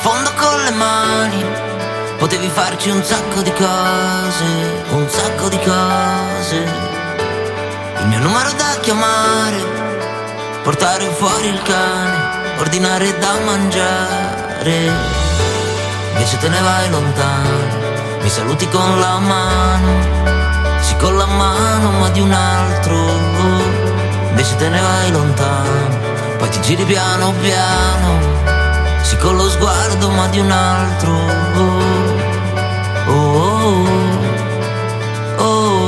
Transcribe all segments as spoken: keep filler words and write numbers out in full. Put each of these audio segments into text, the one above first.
fondo con le mani. Potevi farci un sacco di cose, un sacco di cose. Il mio numero da chiamare, portare fuori il cane, ordinare da mangiare. Invece te ne vai lontano, mi saluti con la mano, sì con la mano ma di un altro. Invece te ne vai lontano, poi ti giri piano piano, sì con lo sguardo ma di un altro. Oh, oh, oh, oh.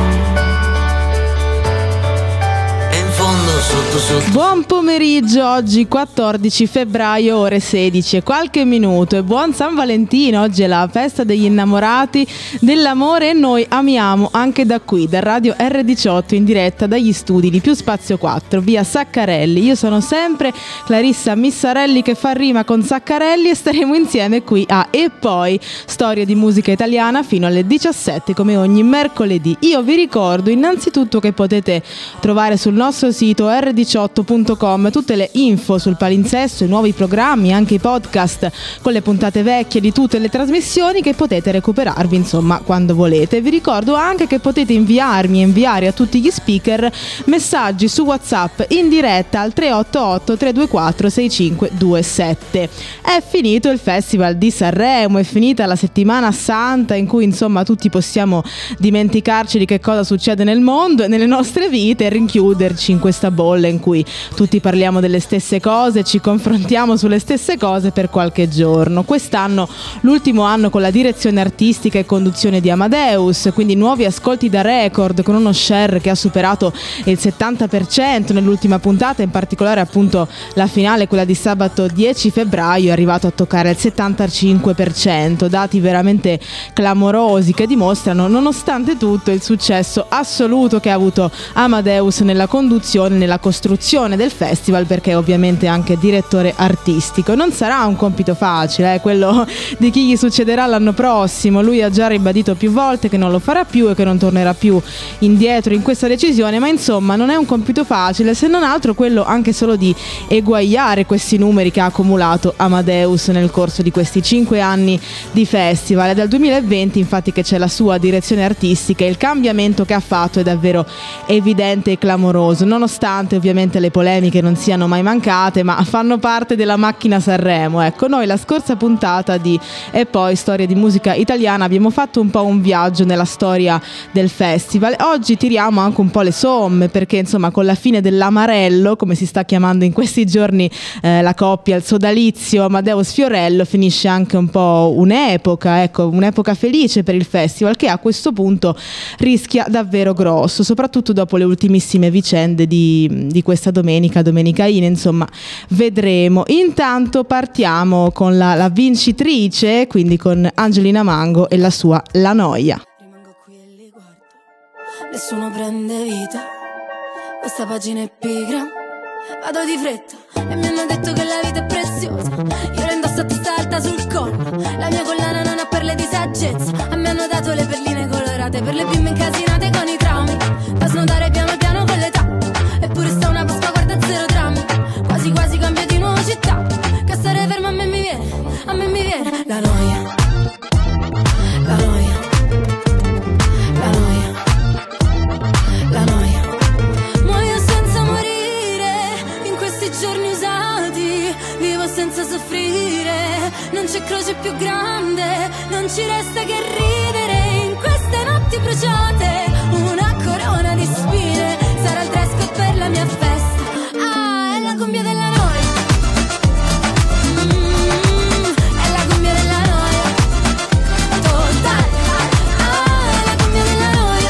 E in fondo sotto sotto. Buon pomeriggio, oggi quattordici febbraio, ore sedici e qualche minuto, e buon San Valentino. Oggi è la festa degli innamorati dell'amore e noi amiamo anche da qui, da Radio erre diciotto, in diretta dagli studi di Più Spazio quattro, via Saccarelli. Io sono sempre Clarissa Missarelli, che fa rima con Saccarelli, e staremo insieme qui a E Poi, storia di musica italiana, fino alle diciassette come ogni mercoledì. Io vi ricordo innanzitutto che potete trovare sul nostro sito erre diciotto punto com tutte le info sul palinsesto, i nuovi programmi, anche i podcast con le puntate vecchie di tutte le trasmissioni, che potete recuperarvi insomma quando volete. Vi ricordo anche che potete inviarmi e inviare a tutti gli speaker messaggi su WhatsApp in diretta al tre otto otto tre due quattro sei cinque due sette. È finito il Festival di Sanremo, è finita la settimana santa in cui insomma tutti possiamo dimenticarci di che cosa succede nel mondo e nelle nostre vite e rinchiuderci in questa bolla in cui tutti parliamo delle stesse cose, ci confrontiamo sulle stesse cose per qualche giorno. Quest'anno, l'ultimo anno con la direzione artistica e conduzione di Amadeus, quindi nuovi ascolti da record, con uno share che ha superato il settanta per cento nell'ultima puntata, in particolare appunto la finale, quella di sabato dieci febbraio, è arrivato a toccare il settantacinque per cento, dati veramente clamorosi che dimostrano nonostante tutto il successo assoluto che ha avuto Amadeus nella conduzione, nella costruzione del festival, perché ovviamente anche direttore artistico. Non sarà un compito facile, eh, quello di chi gli succederà l'anno prossimo. Lui ha già ribadito più volte che non lo farà più e che non tornerà più indietro in questa decisione, ma insomma non è un compito facile, se non altro quello anche solo di eguagliare questi numeri che ha accumulato Amadeus nel corso di questi cinque anni di festival. È dal duemilaventi infatti che c'è la sua direzione artistica e il cambiamento che ha fatto è davvero evidente e clamoroso, nonostante ovviamente le polemiche non siano mai mancate, ma fanno parte della macchina Sanremo. Ecco, noi la scorsa puntata di E Poi, storia di musica italiana, abbiamo fatto un po' un viaggio nella storia del festival. Oggi tiriamo anche un po' le somme, perché insomma con la fine dell'amarello, come si sta chiamando in questi giorni eh, la coppia, il sodalizio Amadeus-Fiorello, finisce anche un po' un'epoca, ecco, un'epoca felice per il festival, che a questo punto rischia davvero grosso, soprattutto dopo le ultimissime vicende di, di questa domenica, Domenica In, insomma vedremo. Intanto partiamo con la, la vincitrice, quindi con Angelina Mango e la sua La Noia. Rimango qui e li guardo, nessuno prende vita, questa pagina è pigra, vado di fretta e mi hanno detto che la vita è preziosa, io la indosso a testa alta sul collo, la mia collana non ha perle di saggezza, a me hanno dato le perline colorate per le bimbe incasinate con i traumi, fa snodare piano piano con l'età, eppure sta una Pasqua, guarda zero drammi, quasi quasi cambio di nuovo città, che stare ferma a me mi viene, a me mi viene la noia, la noia, la noia, la noia, muoio senza morire, in questi giorni usati, vivo senza soffrire, non c'è croce più grande, non ci resta che ridere, in queste notti bruciate, una corona di spine, sarà il dress code per la mia festa, ah, è la cumbia della noia, mm, è la cumbia della noia, totale, ah, è la cumbia della noia,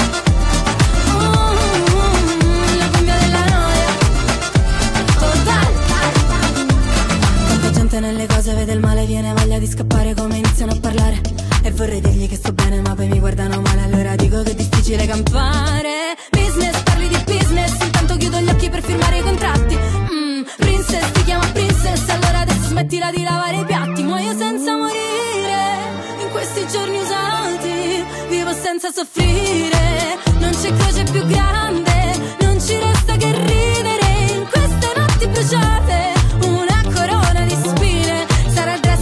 mm, la cumbia della noia, totale, tanta gente nelle cose vede il male, viene voglia di scappare come iniziano a parlare, e vorrei dirgli che sto bene ma poi mi guardano male, allora dico che è difficile campare, business, parli di business, intanto chiudo gli occhi per firmare i contratti, mm, princess, ti chiama princess, allora adesso smettila di lavare i piatti, muoio senza morire, in questi giorni usati, vivo senza soffrire, non c'è croce più grande, non ci resta che ridere, in queste notti bruciate, una corona di spine, sarà il dress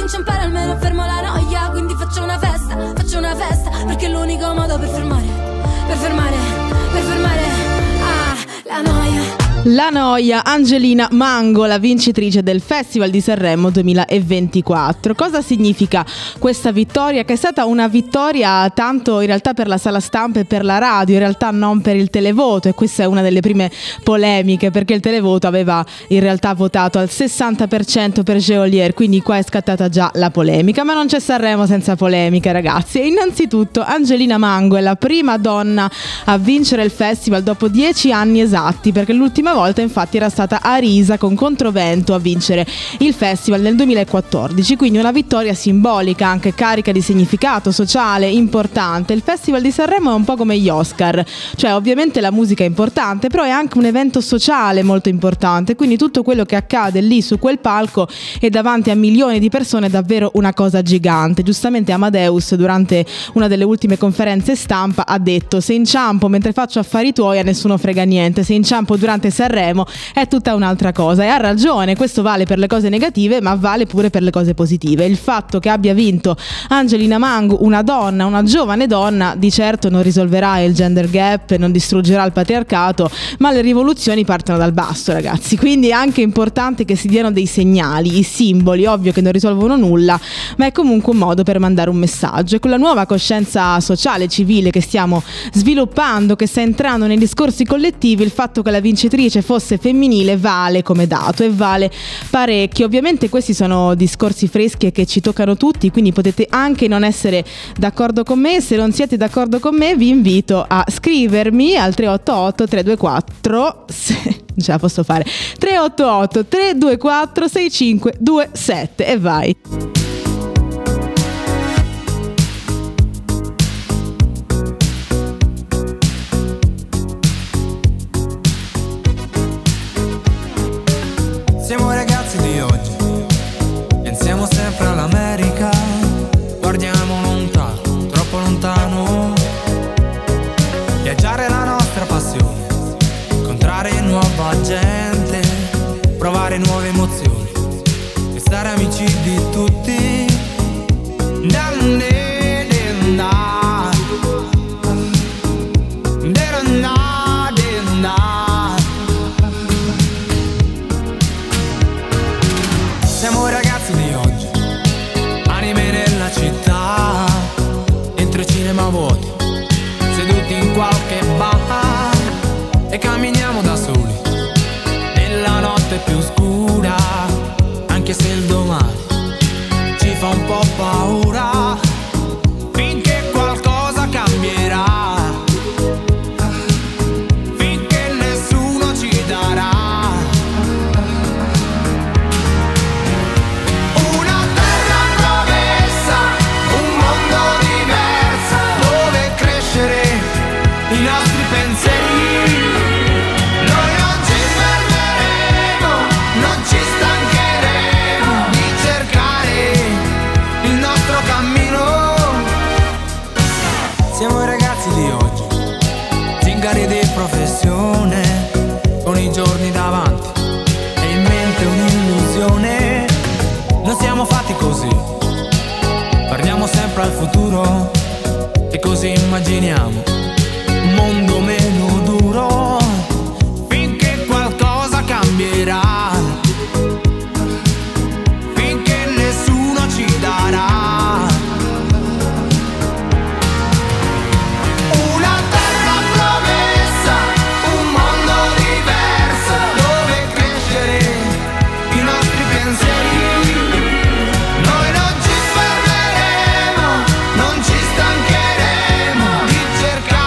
inciampare almeno fermo la noia. Quindi faccio una festa, faccio una festa, perché è l'unico modo per fermare, per fermare, per fermare, ah, la noia. La noia, Angelina Mango, la vincitrice del Festival di Sanremo duemilaventiquattro. Cosa significa questa vittoria? Che è stata una vittoria tanto in realtà per la sala stampa e per la radio, in realtà non per il televoto, e questa è una delle prime polemiche, perché il televoto aveva in realtà votato al sessanta per cento per Geolier, quindi qua è scattata già la polemica, ma non c'è Sanremo senza polemiche, ragazzi. E innanzitutto Angelina Mango è la prima donna a vincere il festival dopo dieci anni esatti, perché l'ultima volta infatti era stata Arisa con Controvento a vincere il festival nel duemilaquattordici, quindi una vittoria simbolica, anche carica di significato sociale importante. Il Festival di Sanremo è un po' come gli Oscar, cioè ovviamente la musica è importante, però è anche un evento sociale molto importante, quindi tutto quello che accade lì su quel palco e davanti a milioni di persone è davvero una cosa gigante. Giustamente Amadeus durante una delle ultime conferenze stampa ha detto: se inciampo mentre faccio affari tuoi a nessuno frega niente, se inciampo durante Sanremo è tutta un'altra cosa. E ha ragione, questo vale per le cose negative ma vale pure per le cose positive. Il fatto che abbia vinto Angelina Mango, una donna, una giovane donna, di certo non risolverà il gender gap, non distruggerà il patriarcato, ma le rivoluzioni partono dal basso, ragazzi, quindi è anche importante che si diano dei segnali, i simboli, ovvio che non risolvono nulla, ma è comunque un modo per mandare un messaggio. E con la nuova coscienza sociale civile che stiamo sviluppando, che sta entrando nei discorsi collettivi, il fatto che la vincitrice fosse femminile vale come dato e vale parecchio. Ovviamente questi sono discorsi freschi e che ci toccano tutti, quindi potete anche non essere d'accordo con me. Se non siete d'accordo con me vi invito a scrivermi al tre otto otto tre due quattro se... non ce la posso fare, tre otto otto tre due quattro sei cinque due sette e vai. Siamo ragazzi di oggi, pensiamo sempre all'America, guardiamo lontano, troppo lontano. Viaggiare è la nostra passione, incontrare nuova gente, provare nuove emozioni e stare amici di tutti. Siamo ragazzi di oggi, anime nella città, entro i cinema vuoti, seduti in qualche bar e camminiamo da soli nella notte più scura, anche se il domani ci fa un po' paura, finché qualcosa cambierà, finché nessuno ci darà una terra promessa, un mondo diverso dove crescere i nostri pensieri. Noi non ci fermeremo, non ci stancheremo di cercare il nostro cammino. Siamo i ragazzi di oggi, zingari di professione, con i giorni davanti e in mente un'illusione. Non siamo fatti così, guardiamo sempre al futuro e così immaginiamo un mondo meno duro, finché qualcosa cambierà, finché nessuno ci darà una terra promessa, un mondo diverso dove crescere i nostri pensieri. Noi non ci fermeremo, non ci stancheremo di cercare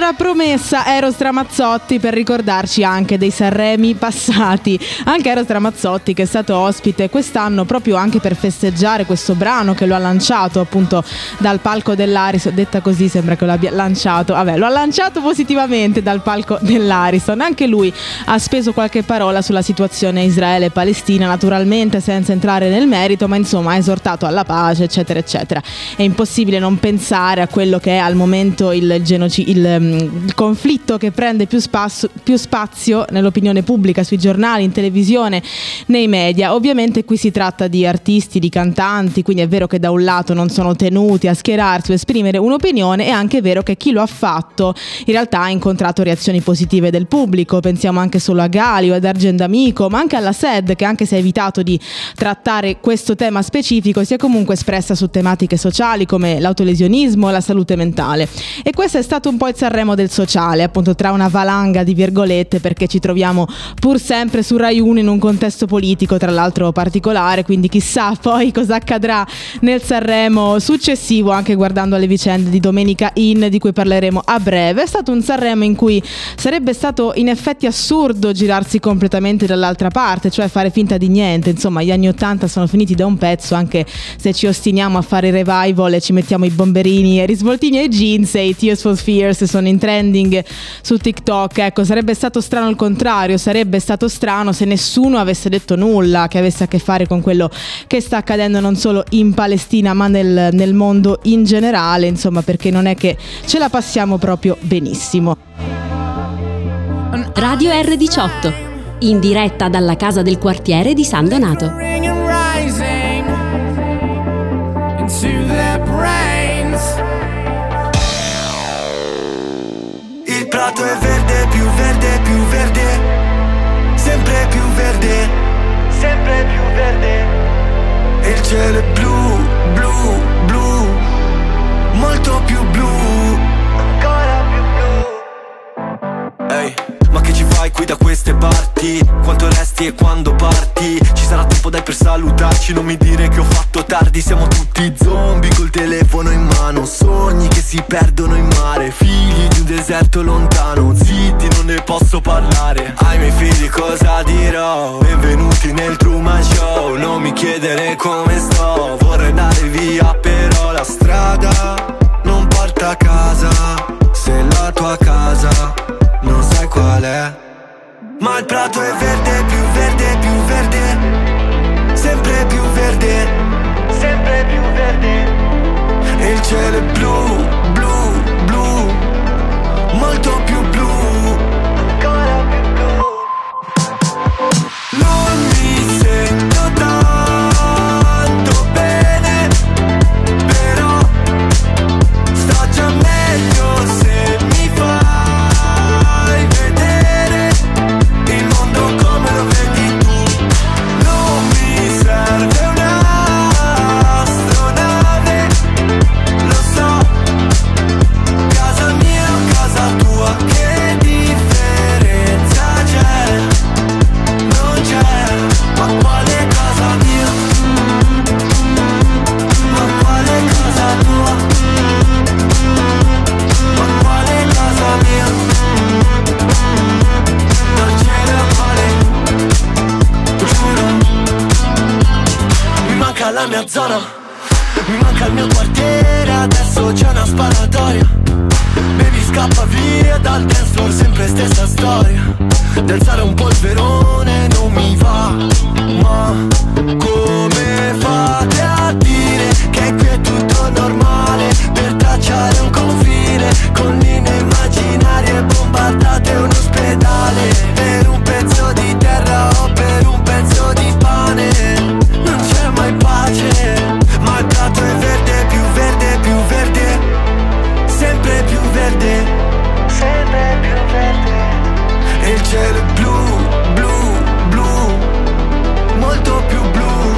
Allora, promessa, Eros Ramazzotti per ricordarci anche dei Sanremi passati. Anche Eros Ramazzotti, che è stato ospite quest'anno proprio anche per festeggiare questo brano che lo ha lanciato appunto dal palco dell'Arison. Detta così sembra che lo abbia lanciato, vabbè, lo ha lanciato positivamente dal palco dell'Arison. Anche lui ha speso qualche parola sulla situazione Israele-Palestina, naturalmente senza entrare nel merito, ma insomma ha esortato alla pace, eccetera eccetera. È impossibile non pensare a quello che è al momento il genocidio, il, il conflitto che prende più spazio, più spazio nell'opinione pubblica, sui giornali, in televisione, nei media. Ovviamente qui si tratta di artisti, di cantanti, quindi è vero che da un lato non sono tenuti a schierarsi o esprimere un'opinione, è anche vero che chi lo ha fatto in realtà ha incontrato reazioni positive del pubblico. Pensiamo anche solo a Gali o ad Argent Amico, ma anche alla S E D, che anche se ha evitato di trattare questo tema specifico si è comunque espressa su tematiche sociali come l'autolesionismo e la salute mentale. E questo è stato un po' il Sanremo del sociale, appunto, tra una valanga di virgolette, perché ci troviamo pur sempre su Rai uno in un contesto politico tra l'altro particolare, quindi chissà poi cosa accadrà nel Sanremo successivo, anche guardando alle vicende di Domenica In, di cui parleremo a breve. È stato un Sanremo in cui sarebbe stato in effetti assurdo girarsi completamente dall'altra parte, cioè fare finta di niente. Insomma, gli anni ottanta sono finiti da un pezzo, anche se ci ostiniamo a fare revival e ci mettiamo i bomberini e risvoltini ai jeans, e i Tears for Fears sono in trending su TikTok. Ecco, sarebbe stato strano il contrario, sarebbe stato strano se nessuno avesse detto nulla che avesse a che fare con quello che sta accadendo non solo in Palestina ma nel, nel mondo in generale, insomma, perché non è che ce la passiamo proprio benissimo. Radio erre diciotto, in diretta dalla casa del quartiere di San Donato. Il prato è verde, più verde, più verde, sempre più verde, sempre più verde. E il cielo è blu, blu, blu, molto più blu, ancora più blu. Ehi, hey, ma che ci fai qui da queste parti? Quanto resti e quando parti? Ci sarà tempo dai per salutarci, non mi dire che ho fatto tardi. Siamo tutti zombie col telefono in mano, sogni che si perdono in mare, figli di un deserto lontano, zitti non ne posso parlare. Ai miei figli cosa dirò? Benvenuti nel Truman Show, non mi chiedere come sto, vorrei andare via però la strada non porta a casa. Se la tua casa non sai qual è, ma il prato è verde, più verde, più verde, sempre più verde, sempre più verde. E il cielo è blu, blu, blu, molto più blu, ancora più blu. Non mi sento tanto bene, però sto già meglio se mi fai vedere il mondo come lo vedi tu. Non mi serve un'astronave, lo so, casa mia o casa tua, che differenza c'è? Non c'è, ma quale casa mia? Ma quale casa tua? Ma quale casa mia? Non ce ne vale, giuro. Mi manca la mia zona, mi manca il mio quartiere, adesso c'è una sparatoria. Baby scappa via dal dance floor, sempre stessa storia. Danzare un polverone non mi va, ma come fate a dire che qui è tutto normale? Per tracciare un confine con linee immaginarie, bombardate un ospedale per un pezzo di terra o per un pezzo di pane. Non c'è mai pace, ma il prato è verde, più verde, più verde, sempre più verde, sempre più verde. E il cielo è blu, blu, blu, molto più blu,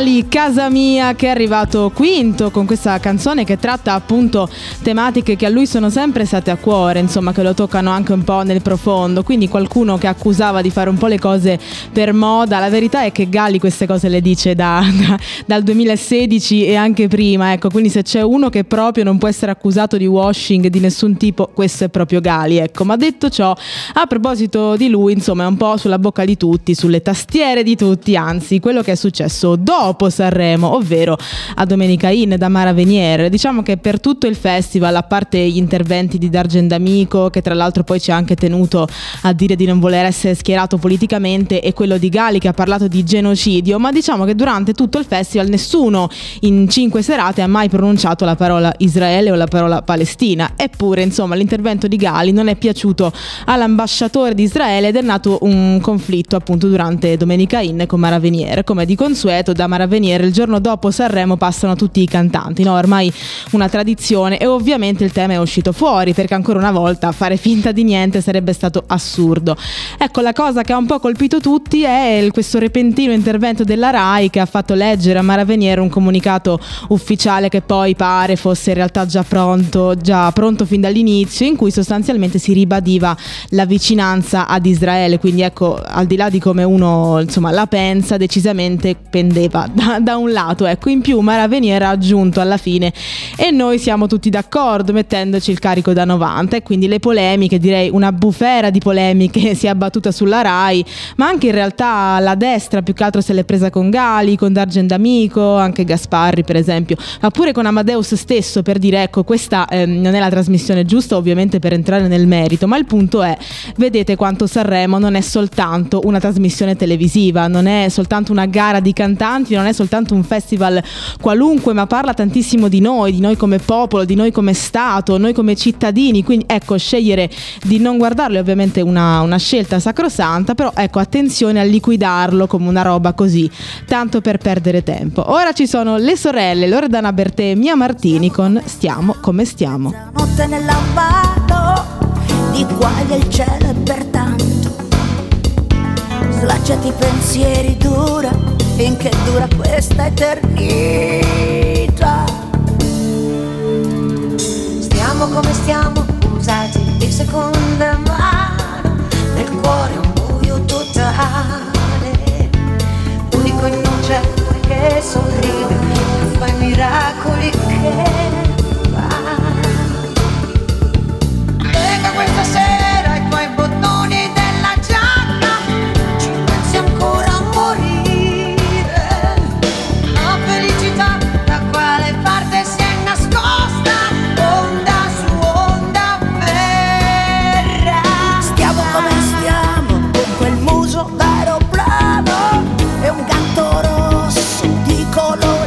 Gali, Casa Mia, che è arrivato quinto con questa canzone che tratta appunto tematiche che a lui sono sempre state a cuore, insomma, che lo toccano anche un po' nel profondo. Quindi qualcuno che accusava di fare un po' le cose per moda, la verità è che Gali queste cose le dice da, da, dal duemilasedici e anche prima, ecco. Quindi se c'è uno che proprio non può essere accusato di washing di nessun tipo, questo è proprio Gali, ecco. Ma detto ciò, a proposito di lui, insomma, è un po' sulla bocca di tutti, sulle tastiere di tutti, anzi quello che è successo dopo Sanremo, ovvero a Domenica In da Mara Venier. Diciamo che per tutto il festival, a parte gli interventi di Dargen D'Amico, che tra l'altro poi ci ha anche tenuto a dire di non voler essere schierato politicamente, e quello di Gali che ha parlato di genocidio, ma diciamo che durante tutto il festival nessuno in cinque serate ha mai pronunciato la parola Israele o la parola Palestina. Eppure, insomma, l'intervento di Gali non è piaciuto all'ambasciatore di Israele ed è nato un conflitto appunto durante Domenica In con Mara Venier. Come di consueto, da Mara Venier il giorno dopo Sanremo passano tutti i cantanti, no? Ormai una tradizione, e ovviamente il tema è uscito fuori perché ancora una volta fare finta di niente sarebbe stato assurdo. Ecco, la cosa che ha un po' colpito tutti è il, questo repentino intervento della Rai, che ha fatto leggere a Mara Venier un comunicato ufficiale che poi pare fosse in realtà già pronto, già pronto fin dall'inizio, in cui sostanzialmente si ribadiva la vicinanza ad Israele. Quindi ecco, al di là di come uno insomma la pensa, decisamente pendeva da, da un lato, ecco. In più Mara Venier ha aggiunto alla fine: e noi siamo tutti d'accordo, mettendoci il carico da novanta. E quindi le polemiche, direi una bufera di polemiche si è abbattuta sulla Rai, ma anche in realtà la destra più che altro se l'è presa con Gali, con Dargen D'Amico, anche Gasparri per esempio, ma pure con Amadeus stesso, per dire ecco, questa eh, non è la trasmissione giusta ovviamente per entrare nel merito, ma il punto è: vedete quanto Sanremo non è soltanto una trasmissione televisiva, non è soltanto una gara di cantanti, non è soltanto un festival qualunque, ma parla tantissimo di noi, di noi come popolo, di noi come Stato, noi come cittadini. Quindi ecco, scegliere di non guardarlo è ovviamente una, una scelta sacrosanta, però ecco, attenzione a liquidarlo come una roba così, tanto per perdere tempo. Ora ci sono le sorelle Loredana Bertè e Mia Martini con Stiamo come stiamo. Notte nel lambato, di quaglia il cielo è pertanto, slacciati i pensieri, dura finché dura questa eternità. Stiamo come stiamo, usati di seconda mano, nel cuore un buio totale, unico innocente che sorride, che fa i miracoli che lega questa sera i tuoi bottoni della giacca, ci pensi ancora a morire, la felicità da quale parte si è nascosta, onda su onda verrà. Stiamo come stiamo, con quel muso d'aeroplano e un gatto rosso di colore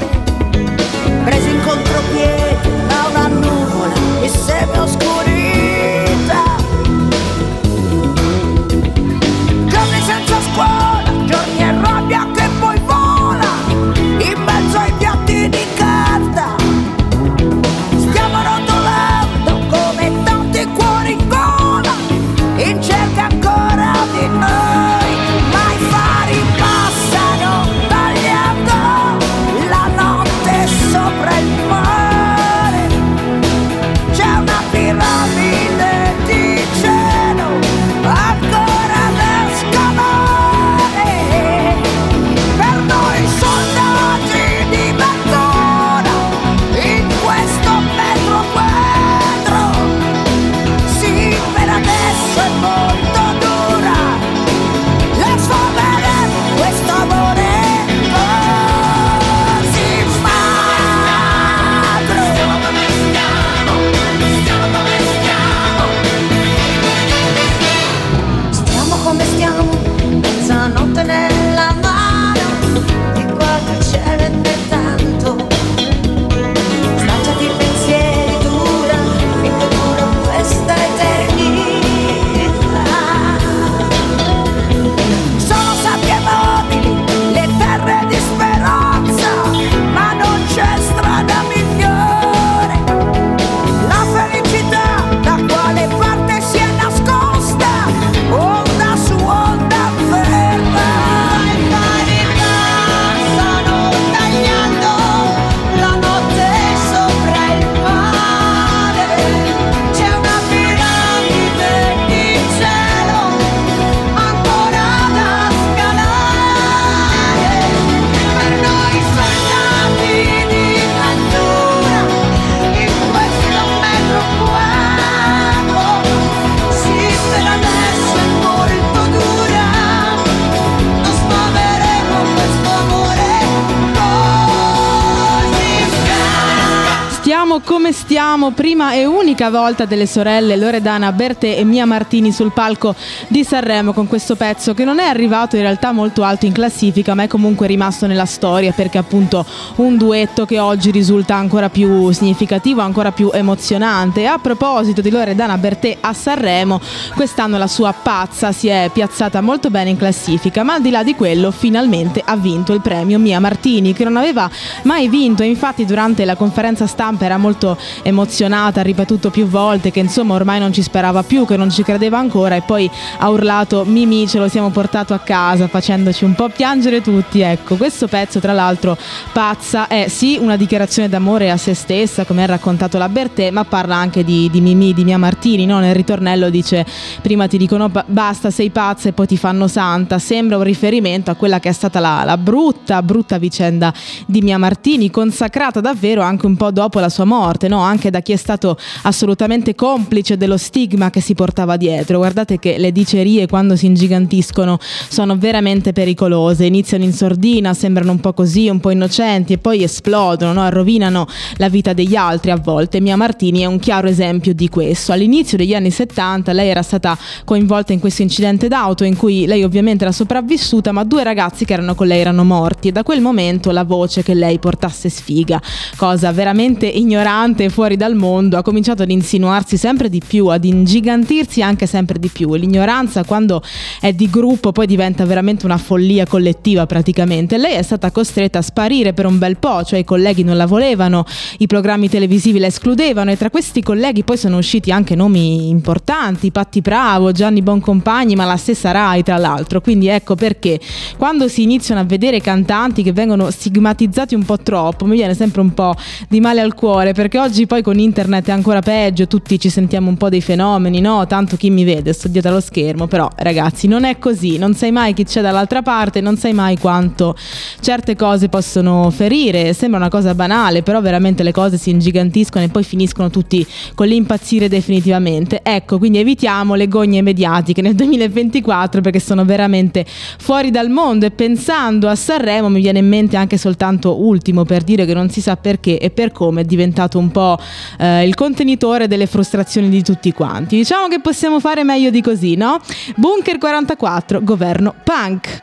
Diciamo come stiamo, prima e unica volta delle sorelle Loredana Bertè e Mia Martini sul palco di Sanremo con questo pezzo che non è arrivato in realtà molto alto in classifica, ma è comunque rimasto nella storia perché appunto un duetto che oggi risulta ancora più significativo, ancora più emozionante. E a proposito di Loredana Bertè a Sanremo, quest'anno la sua Pazza si è piazzata molto bene in classifica, ma al di là di quello finalmente ha vinto il premio Mia Martini, che non aveva mai vinto. E infatti durante la conferenza stampa era molto emozionata, ha ripetuto più volte che insomma ormai non ci sperava più, che non ci credeva ancora, e poi ha urlato Mimì ce lo siamo portato a casa, facendoci un po' piangere tutti. Ecco, questo pezzo tra l'altro Pazza è sì una dichiarazione d'amore a se stessa, come ha raccontato la Bertè, ma parla anche di, di Mimì, di Mia Martini, no? Nel ritornello dice prima ti dicono basta sei pazza e poi ti fanno santa. Sembra un riferimento a quella che è stata la, la brutta brutta vicenda di Mia Martini, consacrata davvero anche un po' dopo la sua morte, no? Anche da chi è stato assolutamente complice dello stigma che si portava dietro. Guardate che le dicerie quando si ingigantiscono sono veramente pericolose, iniziano in sordina, sembrano un po' così, un po' innocenti, e poi esplodono, no? Rovinano la vita degli altri a volte. Mia Martini è un chiaro esempio di questo. All'inizio degli anni settanta lei era stata coinvolta in questo incidente d'auto in cui lei ovviamente era sopravvissuta, ma due ragazzi che erano con lei erano morti, e da quel momento la voce che lei portasse sfiga, cosa veramente ignorante e fuori dal mondo, ha cominciato ad insinuarsi sempre di più, ad ingigantirsi anche sempre di più. L'ignoranza quando è di gruppo poi diventa veramente una follia collettiva praticamente. Lei è stata costretta a sparire per un bel po', cioè i colleghi non la volevano, i programmi televisivi la escludevano, e tra questi colleghi poi sono usciti anche nomi importanti, Patti Bravo, Gianni Boncompagni, ma la stessa Rai tra l'altro. Quindi ecco perché quando si iniziano a vedere cantanti che vengono stigmatizzati un po' troppo mi viene sempre un po' di male al cuore, perché oggi poi con internet è ancora peggio, tutti ci sentiamo un po' dei fenomeni, no? Tanto chi mi vede, sto dietro allo schermo. Però ragazzi, non è così, non sai mai chi c'è dall'altra parte, non sai mai quanto certe cose possono ferire. Sembra una cosa banale, però veramente le cose si ingigantiscono e poi finiscono tutti con l'impazzire definitivamente. Ecco, quindi evitiamo le gogne mediatiche nel duemilaventiquattro, perché sono veramente fuori dal mondo. E pensando a Sanremo mi viene in mente anche soltanto ultimo per dire che non si sa perché e per come è diventato un po' eh, il contenitore delle frustrazioni di tutti quanti. Diciamo che possiamo fare meglio di così, no? Bunker quarantaquattro, governo punk.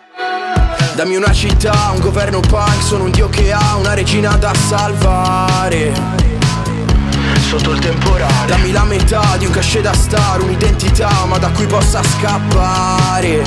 Dammi una città, un governo punk, sono un dio che ha una regina da salvare sotto il temporale. Dammi la metà di un cachet da star, un'identità ma da cui possa scappare.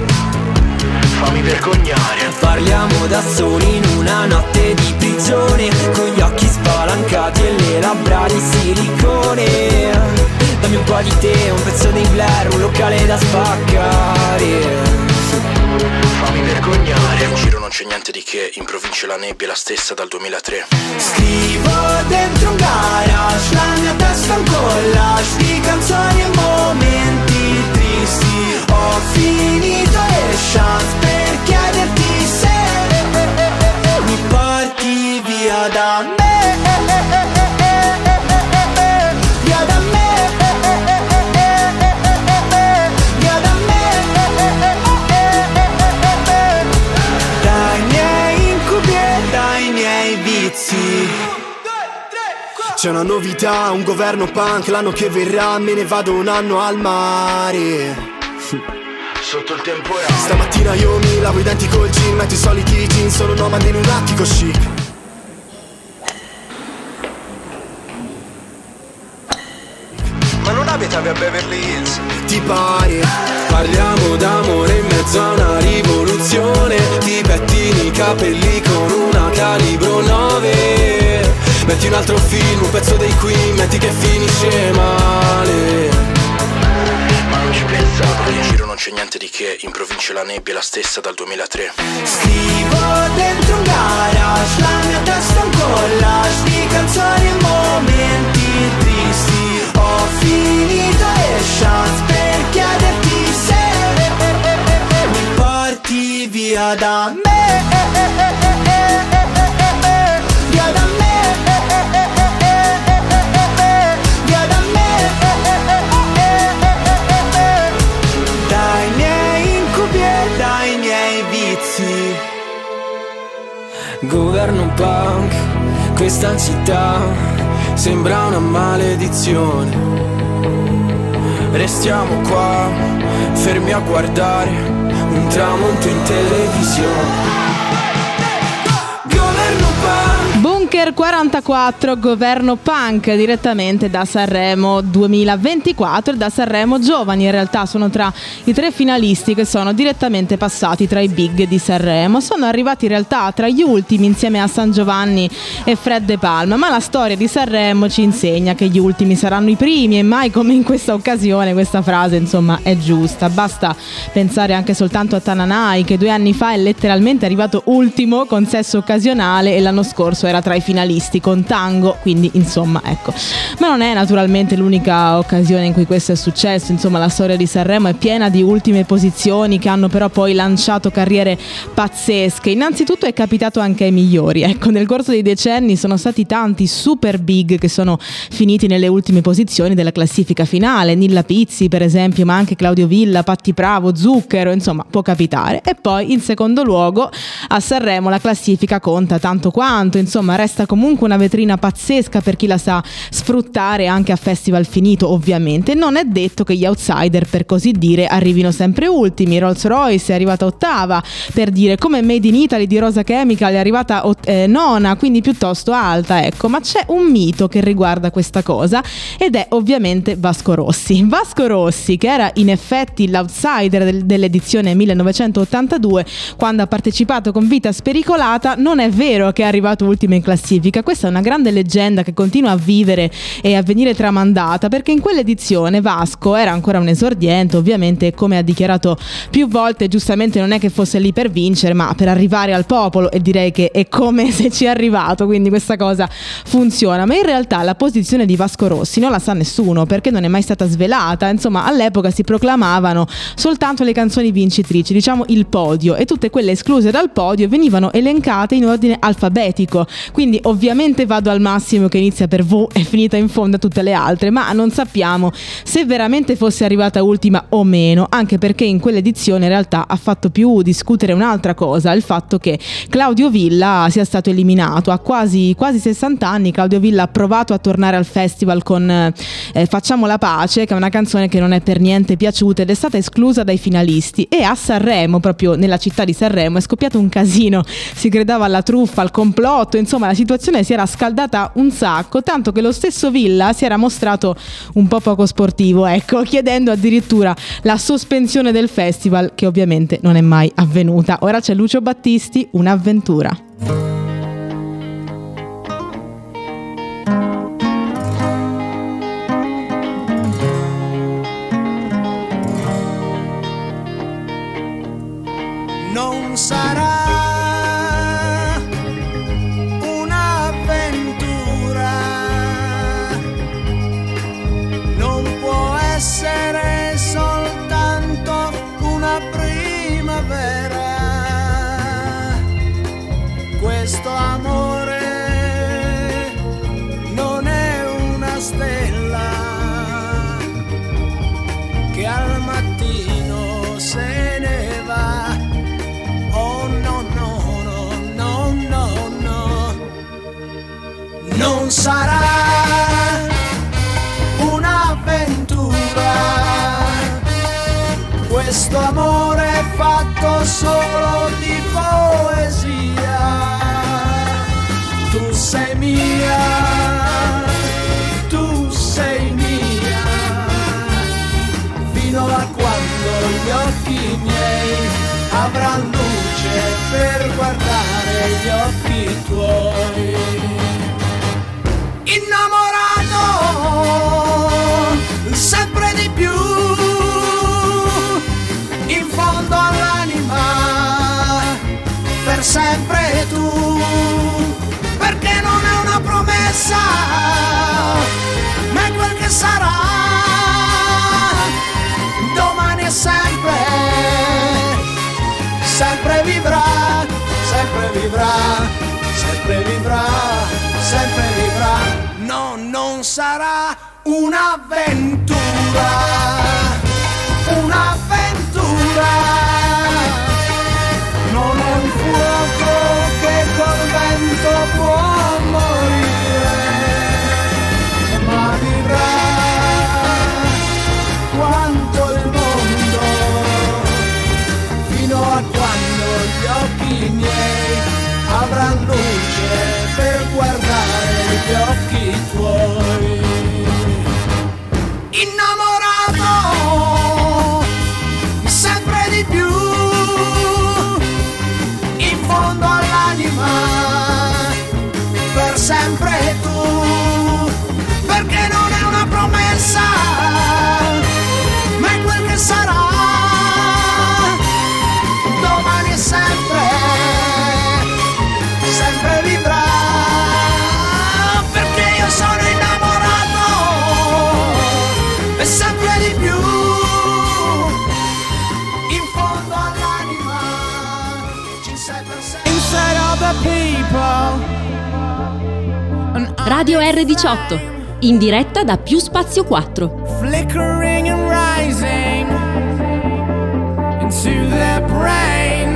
Fammi vergognare. Parliamo da soli in una notte di prigione, con gli occhi spalancati e le labbra di silicone. Dammi un po' di te, un pezzo dei Blair, un locale da spaccare. Fammi vergognare. In giro non c'è niente di che, in provincia la nebbia è la stessa dal duemilatré. Scrivo dentro un garage, la mia testa è un collage di canzoni e momenti tristi. Ho finito le chance per chiederti se mi porti via da me. Via da me. Via da me. Dai miei incubi e dai miei vizi. C'è una novità, un governo punk, l'anno che verrà me ne vado un anno al mare sotto il temporale. Stamattina io mi lavo i denti col gin, metto i soliti jeans, sono nomade in un attico chic. Ma non abitavi a Beverly Hills? Ti pare? Parliamo d'amore in mezzo a una rivoluzione. Ti pettini i capelli con una calibro nove. Metti un altro film, un pezzo dei Queen, metti che finisce male. Ma non ci pensavo. In giro non c'è niente di che, in provincia la nebbia è la stessa dal duemilatré. Scrivo dentro un garage, la mia testa è un collage di canzoni e momenti tristi. Ho finito le chance per chiederti se mi porti via da me. Via da me. Via da me. Dai miei incubi e dai miei vizi. Governo punk, questa città sembra una maledizione. Restiamo qua, fermi a guardare un tramonto in televisione. Governo punk. Bunker quarantaquattro, Governo Punk, direttamente da Sanremo duemilaventiquattro e da Sanremo Giovani. In realtà sono tra i tre finalisti che sono direttamente passati tra i big di Sanremo. Sono arrivati in realtà tra gli ultimi insieme a San Giovanni e Fred De Palma, ma la storia di Sanremo ci insegna che gli ultimi saranno i primi e mai come in questa occasione. Questa frase insomma è giusta. Basta pensare anche soltanto a Tananai, che due anni fa è letteralmente arrivato ultimo con Sesso Occasionale e l'anno scorso era tra i finalisti con Tango, quindi insomma ecco. Ma non è naturalmente l'unica occasione in cui questo è successo. Insomma, la storia di Sanremo è piena di ultime posizioni che hanno però poi lanciato carriere pazzesche. Innanzitutto è capitato anche ai migliori, ecco. Nel corso dei decenni sono stati tanti super big che sono finiti nelle ultime posizioni della classifica finale. Nilla Pizzi per esempio, ma anche Claudio Villa, Patti Bravo, Zucchero, insomma può capitare. E poi in secondo luogo a Sanremo la classifica conta tanto quanto, insomma resta comunque una vetrina pazzesca per chi la sa sfruttare anche a festival finito. Ovviamente non è detto che gli outsider, per così dire, arrivino sempre ultimi. Rolls Royce è arrivata ottava, per dire, come Made in Italy di Rosa Chemical è arrivata ot- eh, nona, quindi piuttosto alta, ecco. Ma c'è un mito che riguarda questa cosa ed è ovviamente Vasco Rossi. Vasco Rossi, che era in effetti l'outsider del- dell'edizione millenovecentottantadue, quando ha partecipato con Vita Spericolata, non è vero che è arrivato ultimo in classifica. Questa è una grande leggenda che continua a vivere e a venire tramandata, perché in quell'edizione Vasco era ancora un esordiente, ovviamente, come ha dichiarato più volte, giustamente non è che fosse lì per vincere, ma per arrivare al popolo, e direi che è come se ci è arrivato, quindi questa cosa funziona. Ma in realtà la posizione di Vasco Rossi non la sa nessuno, perché non è mai stata svelata. Insomma, all'epoca si proclamavano soltanto le canzoni vincitrici, diciamo il podio, e tutte quelle escluse dal podio venivano elencate in ordine alfabetico. Quindi ovviamente vado al massimo che inizia per V e finita in fondo a tutte le altre, ma non sappiamo se veramente fosse arrivata ultima o meno, anche perché in quell'edizione in realtà ha fatto più discutere un'altra cosa, il fatto che Claudio Villa sia stato eliminato. A quasi, quasi sessanta anni Claudio Villa ha provato a tornare al festival con eh, Facciamo la pace, che è una canzone che non è per niente piaciuta ed è stata esclusa dai finalisti. E a Sanremo, proprio nella città di Sanremo, è scoppiato un casino, si credeva alla truffa, al complotto, insomma la situazione si era scaldata un sacco, tanto che lo stesso Villa si era mostrato un po' poco sportivo, ecco, chiedendo addirittura la sospensione del festival, che ovviamente non è mai avvenuta. Ora c'è Lucio Battisti, Un'avventura. Non sarà un'avventura, non può essere soltanto una primavera. Questo amore non è una stella che al mattino se ne va. Oh no no no no no no, non sarà un'avventura, questo amore è fatto solo di poesia. Tu sei mia, tu sei mia, fino a quando gli occhi miei avranno luce per guardare gli occhi tuoi. Innamorato sempre di più, in fondo all'anima, per sempre tu, perché non è una promessa, ma è quel che sarà, domani e sempre, sempre vivrà, sempre vivrà, sempre vivrà, sempre vivrà. No, non sarà un'avventura, un'avventura, non è un fuoco che col vento può morire. inside all the people. Radio erre diciotto, in diretta da Più Spazio quattro. Flickering and rising into their brains.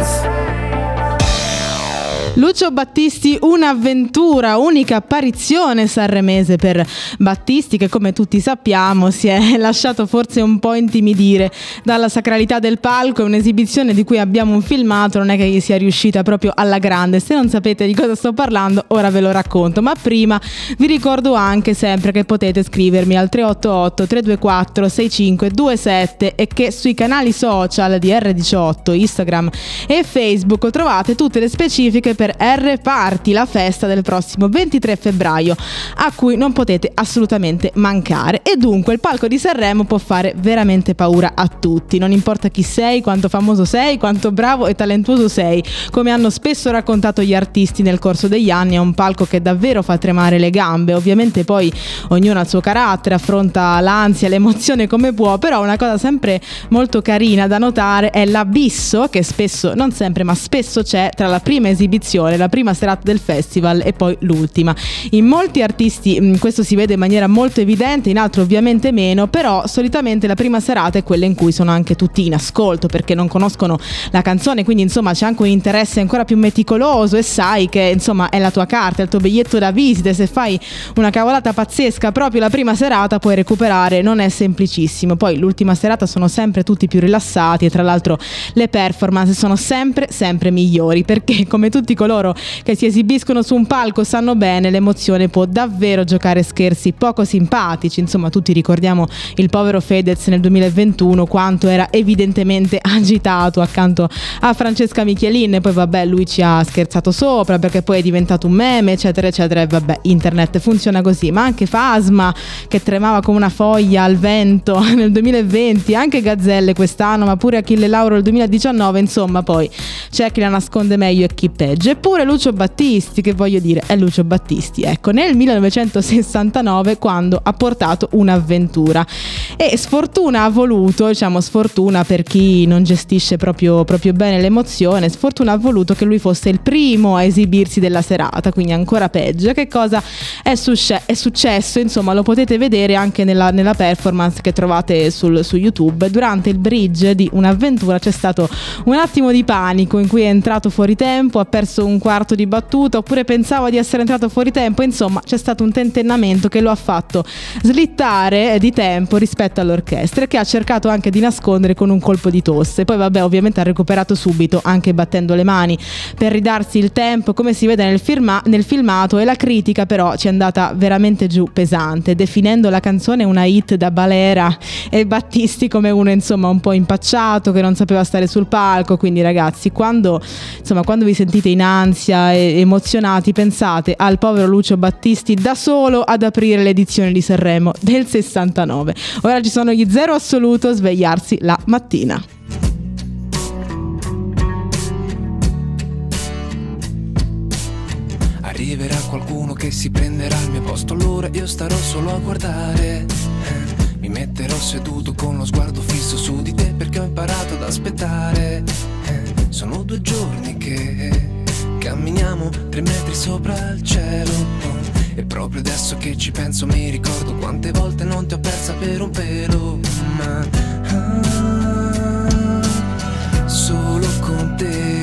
Lucio Battisti, un'avventura, unica apparizione sanremese per Battisti, che come tutti sappiamo si è lasciato forse un po' intimidire dalla sacralità del palco. È un'esibizione di cui abbiamo un filmato, non è che gli sia riuscita proprio alla grande. Se non sapete di cosa sto parlando, ora ve lo racconto, ma prima vi ricordo anche sempre che potete scrivermi al tre otto otto tre due quattro sei cinque due sette e che sui canali social di erre diciotto, Instagram e Facebook trovate tutte le specifiche per R Party, la festa del prossimo ventitré febbraio a cui non potete assolutamente mancare. E dunque il palco di Sanremo può fare veramente paura a tutti, non importa chi sei, quanto famoso sei, quanto bravo e talentuoso sei. Come hanno spesso raccontato gli artisti nel corso degli anni, è un palco che davvero fa tremare le gambe. Ovviamente poi ognuno ha il suo carattere, affronta l'ansia, l'emozione come può, però una cosa sempre molto carina da notare è l'abisso che spesso, non sempre ma spesso c'è tra la prima esibizione, la prima serata del festival e poi l'ultima. In molti artisti mh, questo si vede in maniera molto evidente, in altri ovviamente meno, però solitamente la prima serata è quella in cui sono anche tutti in ascolto perché non conoscono la canzone, quindi insomma c'è anche un interesse ancora più meticoloso e sai che insomma è la tua carta, è il tuo biglietto da visita. Se fai una cavolata pazzesca proprio la prima serata, puoi recuperare, non è semplicissimo. Poi l'ultima serata sono sempre tutti più rilassati e tra l'altro le performance sono sempre sempre migliori, perché come tutti coloro che si esibiscono su un palco sanno bene, l'emozione può davvero giocare scherzi poco simpatici. Insomma, tutti ricordiamo il povero Fedez nel duemilaventuno, quanto era evidentemente agitato accanto a Francesca Michelin, e poi vabbè lui ci ha scherzato sopra perché poi è diventato un meme eccetera eccetera, e vabbè internet funziona così. Ma anche Fasma che tremava come una foglia al vento nel duemilaventi, anche Gazzelle quest'anno, ma pure Achille Lauro nel duemiladiciannove. Insomma, poi c'è chi la nasconde meglio e chi peggio. Eppure Lucio Battisti, che voglio dire, è Lucio Battisti, ecco, nel millenovecentosessantanove quando ha portato un'avventura, e sfortuna ha voluto, diciamo sfortuna per chi non gestisce proprio, proprio bene l'emozione, sfortuna ha voluto che lui fosse il primo a esibirsi della serata, quindi ancora peggio. Che cosa è, susce- è successo? Insomma, lo potete vedere anche nella, nella performance che trovate sul, su YouTube. Durante il bridge di un'avventura c'è stato un attimo di panico in cui è entrato fuori tempo, ha perso un quarto di battuta, oppure pensava di essere entrato fuori tempo. Insomma, c'è stato un tentennamento che lo ha fatto slittare di tempo rispetto all'orchestra e che ha cercato anche di nascondere con un colpo di tosse. Poi vabbè, ovviamente ha recuperato subito anche battendo le mani per ridarsi il tempo, come si vede nel, firma- nel filmato, e la critica però ci è andata veramente giù pesante, definendo la canzone una hit da balera e Battisti come uno insomma un po' impacciato che non sapeva stare sul palco. Quindi ragazzi, quando insomma quando vi sentite in ansia e emozionati, pensate al povero Lucio Battisti da solo ad aprire l'edizione di Sanremo del sessantanove. Ora ci sono gli Zero Assoluto, Svegliarsi la mattina. Arriverà qualcuno che si prenderà il mio posto, allora io starò solo a guardare. Mi metterò seduto con lo sguardo fisso su di te perché ho imparato ad aspettare. Sono due giorni che camminiamo tre metri sopra il cielo, e proprio adesso che ci penso mi ricordo quante volte non ti ho persa per un pelo. Ma ah, solo con te,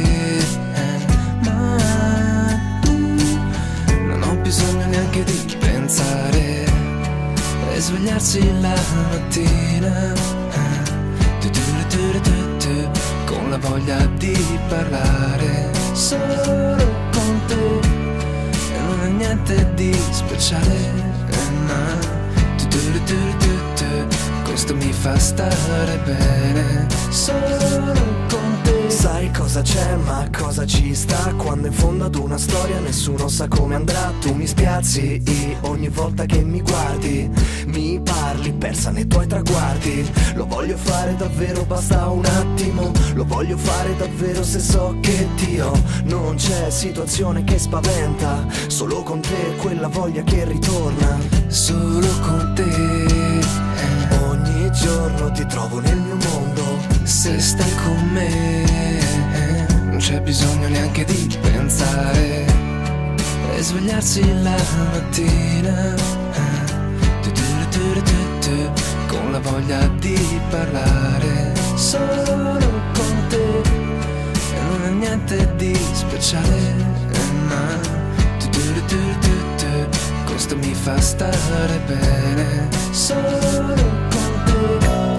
ma tu non ho bisogno neanche di pensare e svegliarsi la mattina tu, tu, tu, tu, tu, con la voglia di parlare solo con te, e non è niente di speciale, ma tu, tu, tu, tu, tu, questo mi fa stare bene solo con te. Sai cosa c'è, ma cosa ci sta, quando in fondo ad una storia nessuno sa come andrà. Tu mi spiazzi ogni volta che mi guardi, mi parli persa nei tuoi traguardi. Lo voglio fare davvero, basta un attimo, lo voglio fare davvero se so che Dio non c'è situazione che spaventa, solo con te quella voglia che ritorna. Solo con te ogni giorno ti trovo nel mio mondo, se stai con me non c'è bisogno neanche di pensare e svegliarsi la mattina tu, tu, tu, tu, tu, con la voglia di parlare solo con te e non è niente di speciale, ma tu, tu, tu, tu, tu, questo mi fa stare bene solo con te,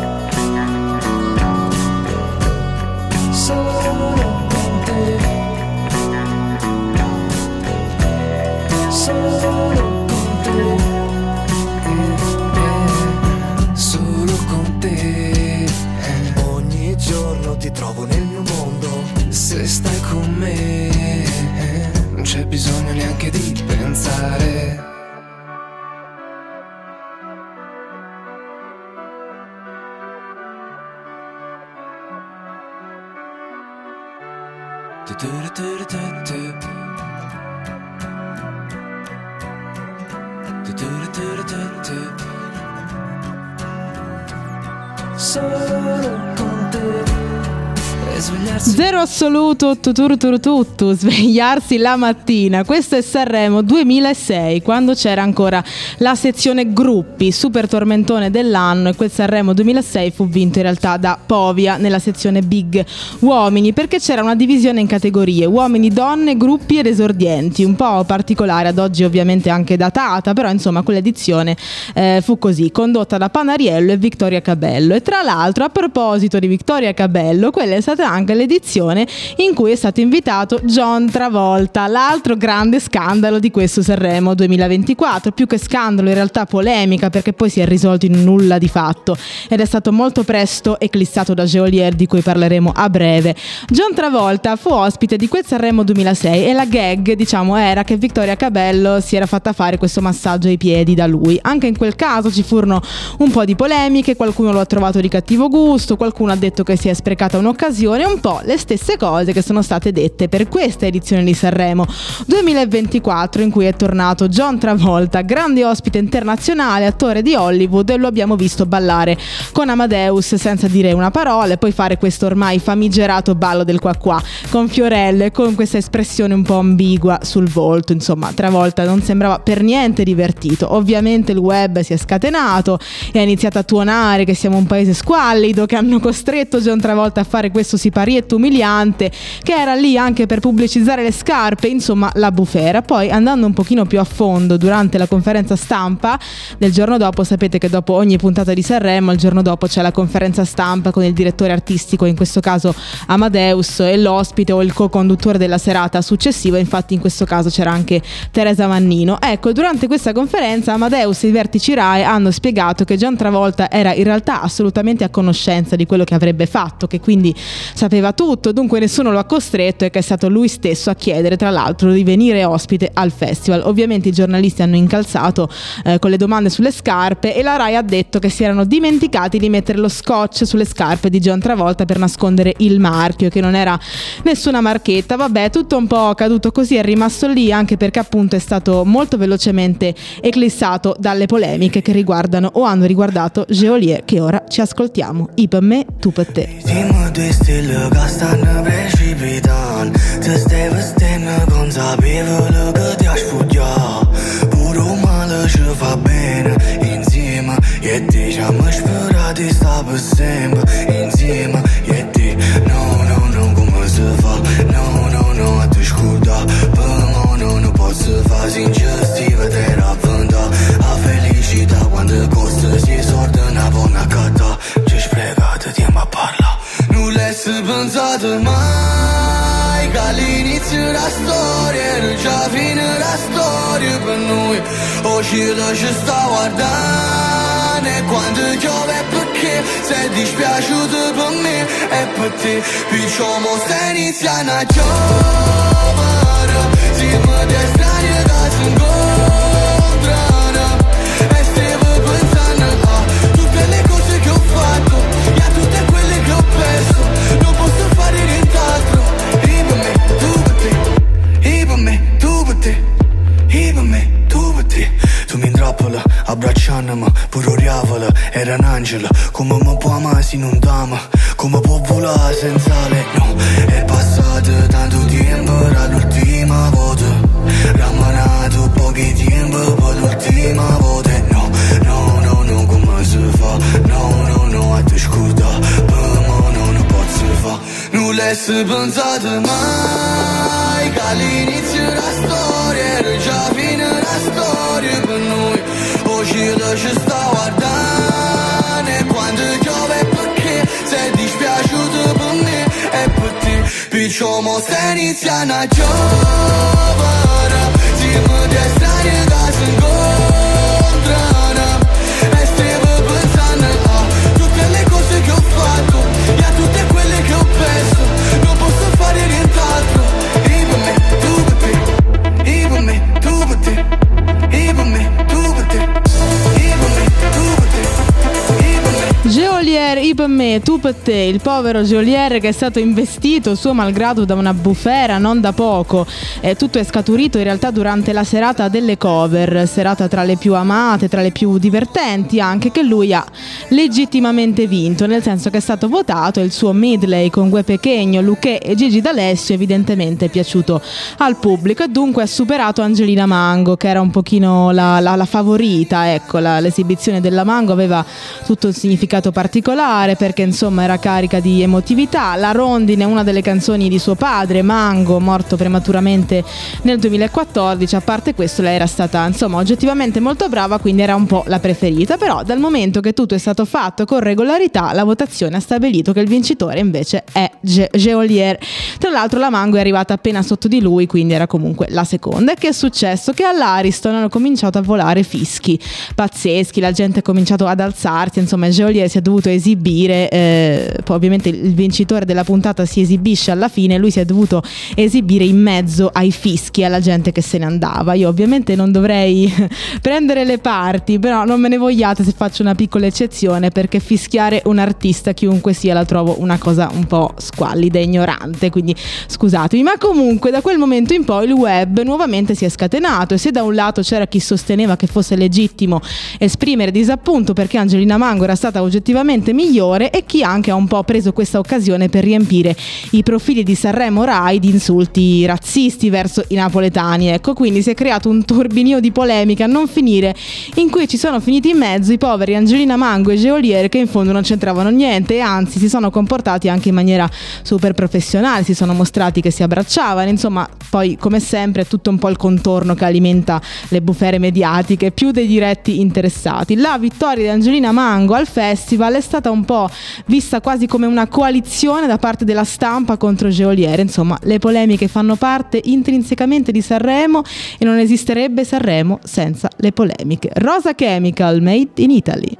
solo con te, solo con te, eh, eh, solo con te. Ogni giorno ti trovo nel mio mondo. Se stai con me eh, non c'è bisogno neanche di pensare. Tu, tu, tu, tu, tu. Tu, tu, tu, tu, tu. Solo con te. Zero assoluto, tuturu turu tuttu, svegliarsi la mattina. Questo è Sanremo duemilasei, quando c'era ancora la sezione gruppi, super tormentone dell'anno, e quel Sanremo duemilasei fu vinto in realtà da Povia nella sezione big uomini, perché c'era una divisione in categorie: uomini, donne, gruppi ed esordienti, un po' particolare, ad oggi ovviamente anche datata, però insomma quell'edizione eh, fu così, condotta da Panariello e Vittoria Cabello. E tra l'altro, a proposito di Vittoria Cabello, quella è stata anche l'edizione in cui è stato invitato John Travolta, l'altro grande scandalo di questo Sanremo duemilaventiquattro, più che scandalo in realtà polemica, perché poi si è risolto in nulla di fatto ed è stato molto presto eclissato da Geolier, di cui parleremo a breve. John Travolta fu ospite di quel Sanremo duemilasei e la gag, diciamo, era che Vittoria Cabello si era fatta fare questo massaggio ai piedi da lui. Anche in quel caso ci furono un po' di polemiche, qualcuno lo ha trovato di cattivo gusto, qualcuno ha detto che si è sprecata un'occasione, un po' le stesse cose che sono state dette per questa edizione di Sanremo duemilaventiquattro, in cui è tornato John Travolta, grande ospite internazionale, attore di Hollywood, e lo abbiamo visto ballare con Amadeus senza dire una parola e poi fare questo ormai famigerato ballo del qua qua con fiorelle, con questa espressione un po' ambigua sul volto. Insomma, Travolta non sembrava per niente divertito. Ovviamente il web si è scatenato e ha iniziato a tuonare che siamo un paese squallido, che hanno costretto John Travolta a fare questo siparietto umiliante, che era lì anche per pubblicizzare le scarpe, insomma la bufera. Poi, andando un pochino più a fondo, durante la conferenza stampa del giorno dopo, sapete che dopo ogni puntata di Sanremo il giorno dopo c'è la conferenza stampa con il direttore artistico, in questo caso Amadeus, e l'ospite o il co-conduttore della serata successiva. Infatti in questo caso c'era anche Teresa Mannino. Ecco, durante questa conferenza Amadeus e i vertici RAI hanno spiegato che John Travolta era in realtà assolutamente a conoscenza di quello che avrebbe fatto, che quindi sapeva tutto, dunque nessuno lo ha costretto, e che è stato lui stesso a chiedere tra l'altro di venire ospite al festival. Ovviamente i giornalisti hanno incalzato eh, con le domande sulle scarpe, e la RAI ha detto che si erano dimenticati di mettere lo scotch sulle scarpe di John Travolta per nascondere il marchio, che non era nessuna marchetta. Vabbè, tutto un po' caduto così, è rimasto lì, anche perché appunto è stato molto velocemente eclissato dalle polemiche che riguardano o hanno riguardato Geolier, che ora ci ascoltiamo. I per me, tu per te. Stille ca stanno precipitando. Te stai vestendo consapevole che ti-aș putea. Puro male ci fa bene insieme. E te ci-am sperat di sta per sempre insieme. E te, no, no, no, come se fa? No, no, no, a te scuda. Per mo no, non posso fa sincer sti vedere avventa. A felicità quando costa si sorte una buona cata. Ci sprecate tempo a parla. Non l'hai pensato mai che all'inizio della storia non c'è fine la storia per noi. Uscita ci sta guardando, e quando piove perché sei dispiaciuto per me e per te. Diciamo sta iniziando a giovere, siamo dei strani che si incontrano, e stavo pensando a tutte le cose che ho fatto e a tutte quelle che ho perso. Non posso fare nient'altro. I per me, tu per te. I per me, tu per te. I per me, tu per te. Tu mi intrappola, abbracciandomi, pure oriavola. Era un angelo, come mi può amare se non t'ama? Come può volare senza lei? No, è passato. passato tanto tempo, era l'ultima volta. Ramanato pochi tempo, poi l'ultima volta. No, no, no, no, come si fa? No, no, no, a te scordare, per me non posso fa. Non l'hai pensato mai, che all'inizio della storia era già fine la storia per noi. Oggi ci sta guardando e quando piove perché sei dispiaciuto per me e per te. Perciò mo stai iniziando a giovere, siamo due strani che si incontrano e stiamo pensando a tutte le cose che ho fatto e a tutte quelle che ho perso. Non posso fare nient'altro. E per me, tu per te. E per me, tu per te. E per me, tu per te. E per me, tu per te. E per me. Geolier, i per me, tu per te. Il povero Geolier che è stato investito suo malgrado da una bufera non da poco. Eh, tutto è scaturito in realtà durante la serata delle cover, serata tra le più amate, tra le più divertenti anche, che lui ha legittimamente vinto, nel senso che è stato votato il suo medley con Gue Pequeno, Luché e Gigi D'Alessio evidentemente è piaciuto al pubblico e dunque ha superato Angelina Mango, che era un pochino la, la, la favorita. Ecco, la, l'esibizione della Mango aveva tutto il significato particolare perché insomma era carica di emotività. La Rondine, una delle canzoni di suo padre Mango, morto prematuramente nel duemilaquattordici, a parte questo lei era stata insomma oggettivamente molto brava, quindi era un po' la preferita. Però dal momento che tutto è stato fatto con regolarità, la votazione ha stabilito che il vincitore invece è Ge- Geolier. Tra l'altro la Mango è arrivata appena sotto di lui, quindi era comunque la seconda. E che è successo? Che all'Ariston hanno cominciato a volare fischi pazzeschi, la gente ha cominciato ad alzarsi, insomma Geolier si è dovuto esibire, eh, poi ovviamente il vincitore della puntata si esibisce alla fine, lui si è dovuto esibire in mezzo ai fischi, alla gente che se ne andava. Io ovviamente non dovrei prendere le parti, però non me ne vogliate se faccio una piccola eccezione, perché fischiare un artista, chiunque sia, la trovo una cosa un po' squallida e ignorante, quindi scusatemi. Ma comunque da quel momento in poi il web nuovamente si è scatenato, e se da un lato c'era chi sosteneva che fosse legittimo esprimere disappunto perché Angelina Mango era stata oggettivamente migliore, e chi anche ha un po' preso questa occasione per riempire i profili di Sanremo Rai di insulti razzisti verso i napoletani. Ecco, quindi si è creato un turbinio di polemica a non finire, in cui ci sono finiti in mezzo i poveri Angelina Mango e Geolier, che in fondo non c'entravano niente e anzi si sono comportati anche in maniera super professionale, si sono mostrati che si abbracciavano. Insomma, poi come sempre è tutto un po' il contorno che alimenta le bufere mediatiche più dei diretti interessati. La vittoria di Angelina Mango al festival è stata un po' vista quasi come una coalizione da parte della stampa contro Geolier. Insomma, le polemiche fanno parte intrinsecamente di Sanremo e non esisterebbe Sanremo senza le polemiche. Rosa Chemical, Made in Italy.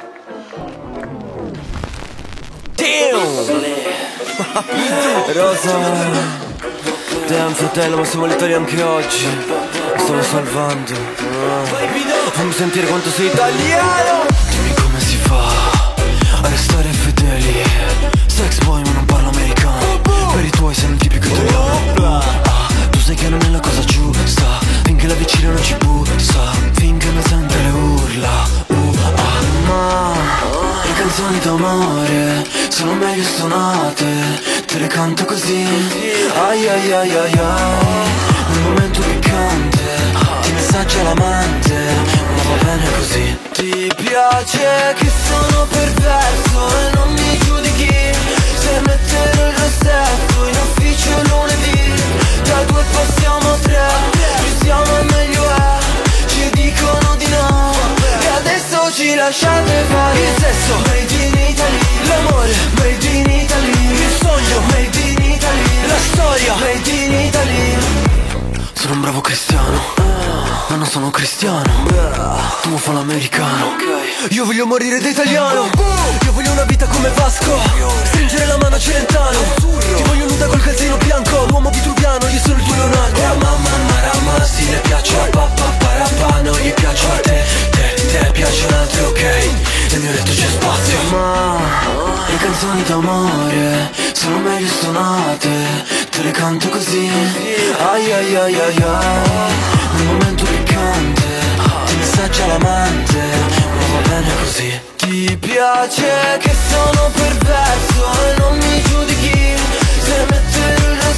Rosa, damn fratello, ma siamo all'Italia anche oggi. Mi stavo salvando. Fammi sentire quanto sei italiano. Dimmi come si fa a restare fedeli. Sex boy ma non parlo americano. Per i tuoi sei un tipico italiano. Ah, tu sai che non è la cosa giusta. Finché la vicina non ci bussa, finché non sente le urla. Uh, ah, ma le canzoni d'amore sono meglio suonate, te le canto così. Ai ai ai ai ai. Un momento piccante, ti messaggia l'amante, ma va bene così. Ti piace che sono perverso e non mi giudichi se mettere il rossetto in ufficio lunedì. Da due passiamo a tre, più siamo e meglio è. Ci dicono di no e adesso ci lasciate fare. Il sesso made in Italy, l'amore made in Italy, il sogno made in Italy, la storia made in Italy. Sono un bravo cristiano, ma non sono cristiano. Tu mi fa l'americano, io voglio morire da italiano. Io voglio una vita come Vasco, stringere la mano a Celentano. Ti voglio nuda col calzino bianco, l'uomo vitruviano, io sono il tuo Leonardo. Oh mamma marama, sì le piaccio a papà parapà, non gli piaccio a te, te, te piacciono altre, ok, nel mio letto c'è spazio. Ma le canzoni d'amore sono meglio suonate, te le canto così. Ai ai ai ai ai. Un momento piccante, ti messaggia l'amante, ma va bene così. Ti piace che sono perverso e non mi giudichi se mettere il rossetto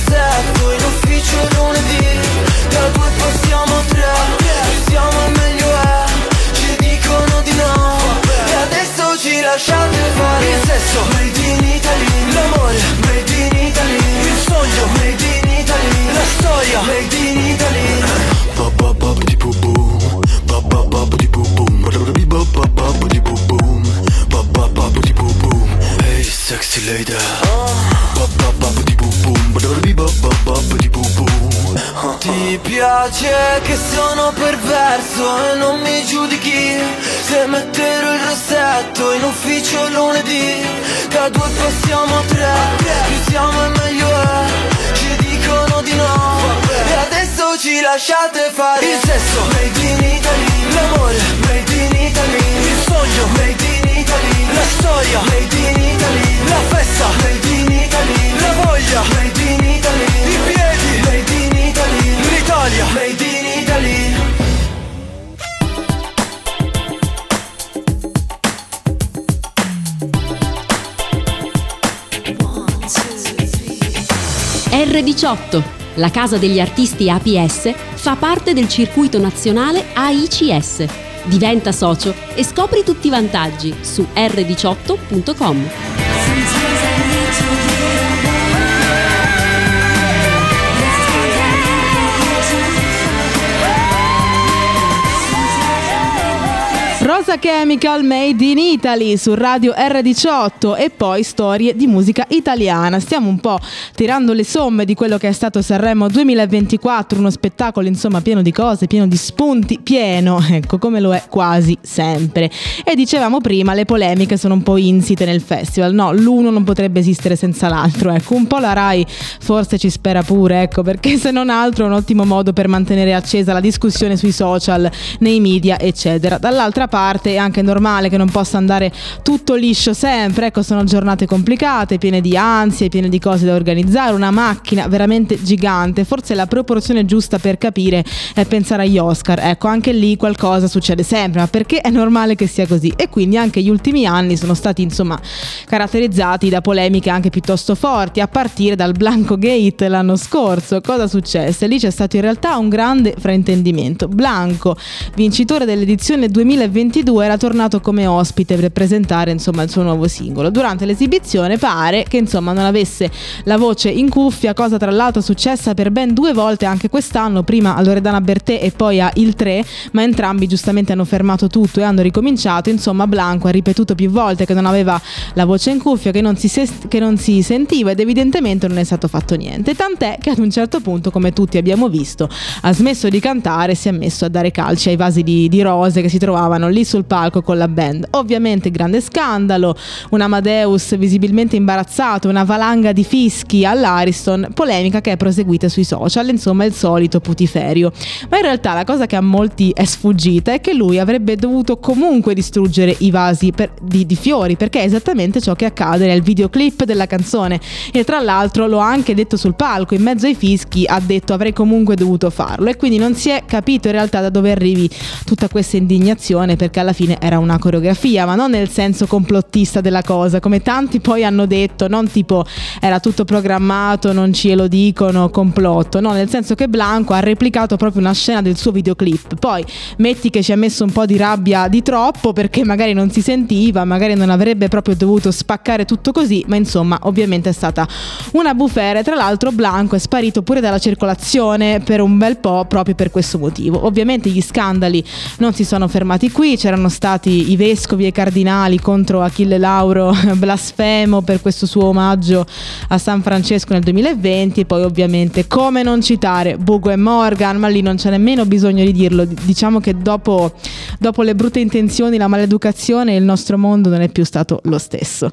rossetto in ufficio lunedì. Da due passiamo a tre, più siamo e meglio è. Ci dicono di no e adesso ci lasciate fare. Il sesso made in Italy, l'amore made in Italy, il sogno made in Italy, la storia made in Italy. Hey sexy lady, ti piace che sono perverso e non mi giudichi se metterò il rossetto in ufficio lunedì. Da due passiamo a tre, più siamo e meglio è. Ci dicono di no e adesso ci lasciate fare. Il sesso made in Italy, l'amore made in Italy, il sogno made in Italy, la storia made in Italy, la festa made in Italy, la voglia made in Italy, i piedi made in Italy, l'Italia made in Italy. erre diciotto, la casa degli artisti A P S, fa parte del circuito nazionale A I C S. Diventa socio e scopri tutti i vantaggi su erre diciotto punto com. Rosa Chemical Made in Italy su Radio erre diciotto e poi storie di musica italiana. Stiamo un po' tirando le somme di quello che è stato Sanremo duemilaventiquattro, uno spettacolo insomma pieno di cose, pieno di spunti, pieno, ecco, come lo è quasi sempre. E dicevamo prima, le polemiche sono un po' insite nel festival, no, l'uno non potrebbe esistere senza l'altro, ecco, un po' la Rai forse ci spera pure, ecco, perché se non altro è un ottimo modo per mantenere accesa la discussione sui social, nei media, eccetera. Dall'altra parte è anche normale che non possa andare tutto liscio sempre, ecco, sono giornate complicate, piene di ansie, piene di cose da organizzare, una macchina veramente gigante. Forse la proporzione giusta per capire è pensare agli Oscar, ecco, anche lì qualcosa succede sempre, ma perché è normale che sia così, e quindi anche gli ultimi anni sono stati insomma caratterizzati da polemiche anche piuttosto forti, a partire dal Blanco Gate l'anno scorso. Cosa successe? Lì c'è stato in realtà un grande fraintendimento. Blanco, vincitore dell'edizione duemilaventidue, era tornato come ospite per presentare insomma il suo nuovo singolo. Durante l'esibizione pare che insomma non avesse la voce in cuffia, cosa tra l'altro successa per ben due volte anche quest'anno, prima a Loredana Bertè e poi a Il tre, ma entrambi giustamente hanno fermato tutto e hanno ricominciato. Insomma Blanco ha ripetuto più volte che non aveva la voce in cuffia, che non si, se- che non si sentiva, ed evidentemente non è stato fatto niente, tant'è che ad un certo punto, come tutti abbiamo visto, ha smesso di cantare e si è messo a dare calci ai vasi di, di rose che si trovavano lì sul palco con la band. Ovviamente grande scandalo, un Amadeus visibilmente imbarazzato, una valanga di fischi all'Ariston, polemica che è proseguita sui social, insomma il solito putiferio. Ma in realtà la cosa che a molti è sfuggita è che lui avrebbe dovuto comunque distruggere i vasi per, di, di fiori, perché è esattamente ciò che accade nel videoclip della canzone, e tra l'altro lo ha anche detto sul palco, in mezzo ai fischi ha detto avrei comunque dovuto farlo, e quindi non si è capito in realtà da dove arrivi tutta questa indignazione, perché alla fine era una coreografia, ma non nel senso complottista della cosa, come tanti poi hanno detto, non tipo era tutto programmato, non ce lo dicono, complotto, no, nel senso che Blanco ha replicato proprio una scena del suo videoclip. Poi metti che ci ha messo un po' di rabbia di troppo, perché magari non si sentiva, magari non avrebbe proprio dovuto spaccare tutto così, ma insomma ovviamente è stata una bufera. Tra l'altro Blanco è sparito pure dalla circolazione per un bel po' proprio per questo motivo. Ovviamente gli scandali non si sono fermati qui, c'erano stati i vescovi e i cardinali contro Achille Lauro blasfemo per questo suo omaggio a San Francesco nel duemilaventi, e poi ovviamente come non citare Bugo e Morgan, ma lì non c'è nemmeno bisogno di dirlo, diciamo che dopo, dopo le brutte intenzioni, la maleducazione, il nostro mondo non è più stato lo stesso.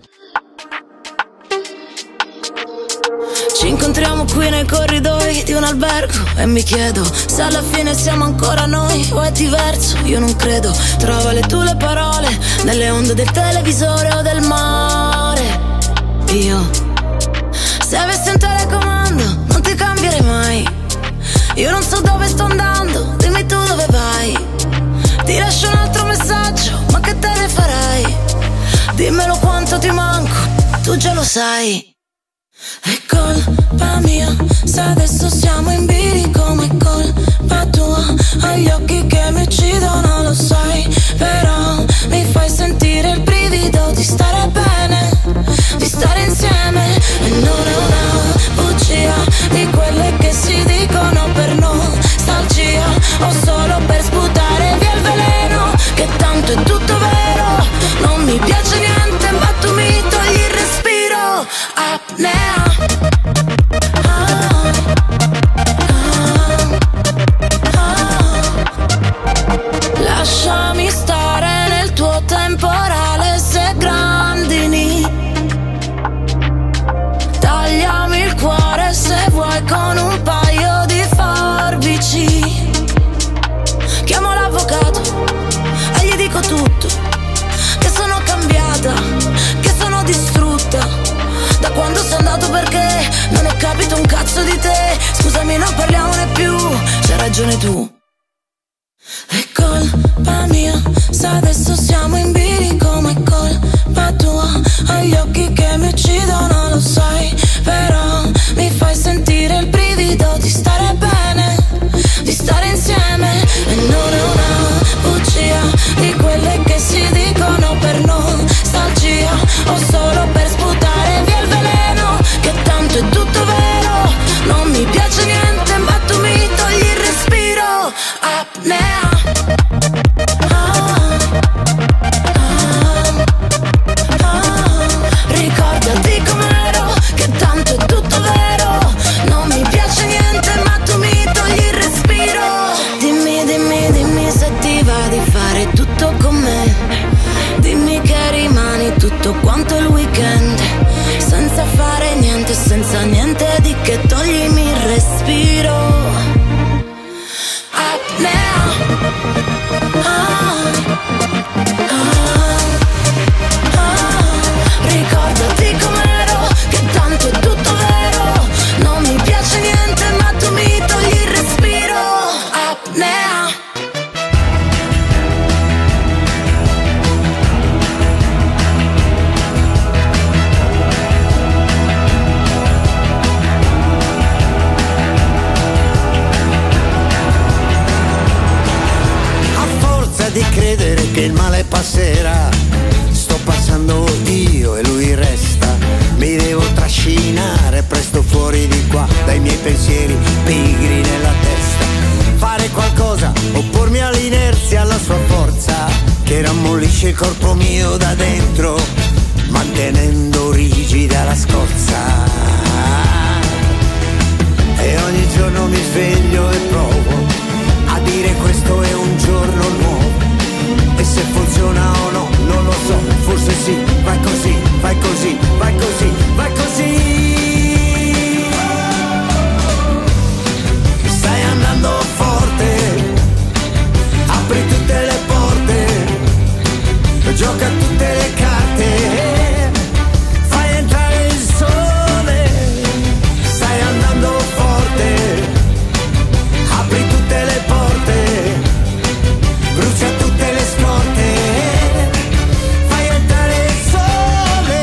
Ci incontriamo qui nei corridoi di un albergo e mi chiedo se alla fine siamo ancora noi o è diverso. Io non credo, trova le tue parole nelle onde del televisore o del mare. Io, se avessi un telecomando non ti cambierei mai. Io non so dove sto andando, dimmi tu dove vai. Ti lascio un altro messaggio, ma che te ne farai? Dimmelo quanto ti manco, tu già lo sai. È colpa mia se adesso siamo in bilico, ma è colpa tua. Ho gli occhi che mi uccidono, lo sai, però mi fai sentire il brivido di stare bene, di stare insieme. E non è una bugia di quelle che si dicono per nostalgia, o solo per sputare via il veleno, che tanto è tutto vero. Non mi piace niente ma tu mi togli il respiro. Apnea. Lasciami stare nel tuo temporale se grandini. Tagliami il cuore se vuoi con un paio di forbici. Chiamo l'avvocato e gli dico tutto, che sono cambiata, che sono distrutta da quando sei andato, perché non ho capito un cazzo di te. Scusami, non parliamone più, c'hai ragione tu. È colpa mia se adesso siamo in bilico, ma è colpa tua. Ho gli occhi che mi uccidono, lo sai, però mi fai sentire il brivido di stare bene, di stare insieme. E non è una bugia di quelle che si dicono per nostalgia, o solo per sputare via il veleno, che tanto è tutto vero. Non mi piace niente ma tu mi togli il respiro. Apnea. Ricordati com'ero, che tanto è tutto vero. Non mi piace niente ma tu mi togli il respiro. Dimmi, dimmi, dimmi se ti va di fare tutto con me. Dimmi che rimani tutto quanto il weekend, senza fare niente, senza niente di che, toglimi il respiro. Apnea. Ah, ah, ah. Ricordati com'ero, che tanto è tutto vero. Non mi piace niente ma tu mi togli il respiro. Apnea. Di credere che il male passerà, sto passando io e lui resta. Mi devo trascinare presto fuori di qua dai miei pensieri pigri nella testa. Fare qualcosa, oppormi all'inerzia, alla sua forza che rammollisce il corpo mio da dentro, mantenendo rigida la scorza. E ogni giorno mi sveglio e provo a dire questo è un giorno nuovo. E se funziona o no, non lo so, forse sì, vai così, vai così, vai così, vai così. Stai andando forte, apri tutte le porte, gioca tutte le carte, fai entrare il sole. Stai andando forte, apri tutte le porte, brucia tutte le scorte, fai entrare il sole.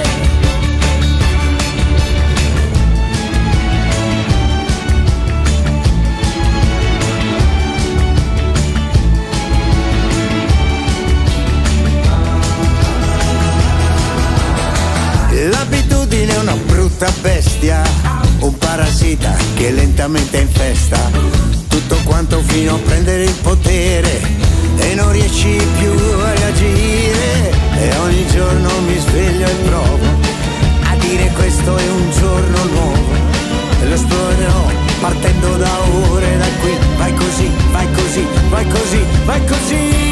L'abitudine è una brutta bestia, un parassita che lentamente infesta tutto quanto fino a prendere il potere e non riesci più a reagire. E ogni giorno mi sveglio e provo a dire questo è un giorno nuovo, e lo esplorerò partendo da ore, da qui. Vai così, vai così, vai così, vai così.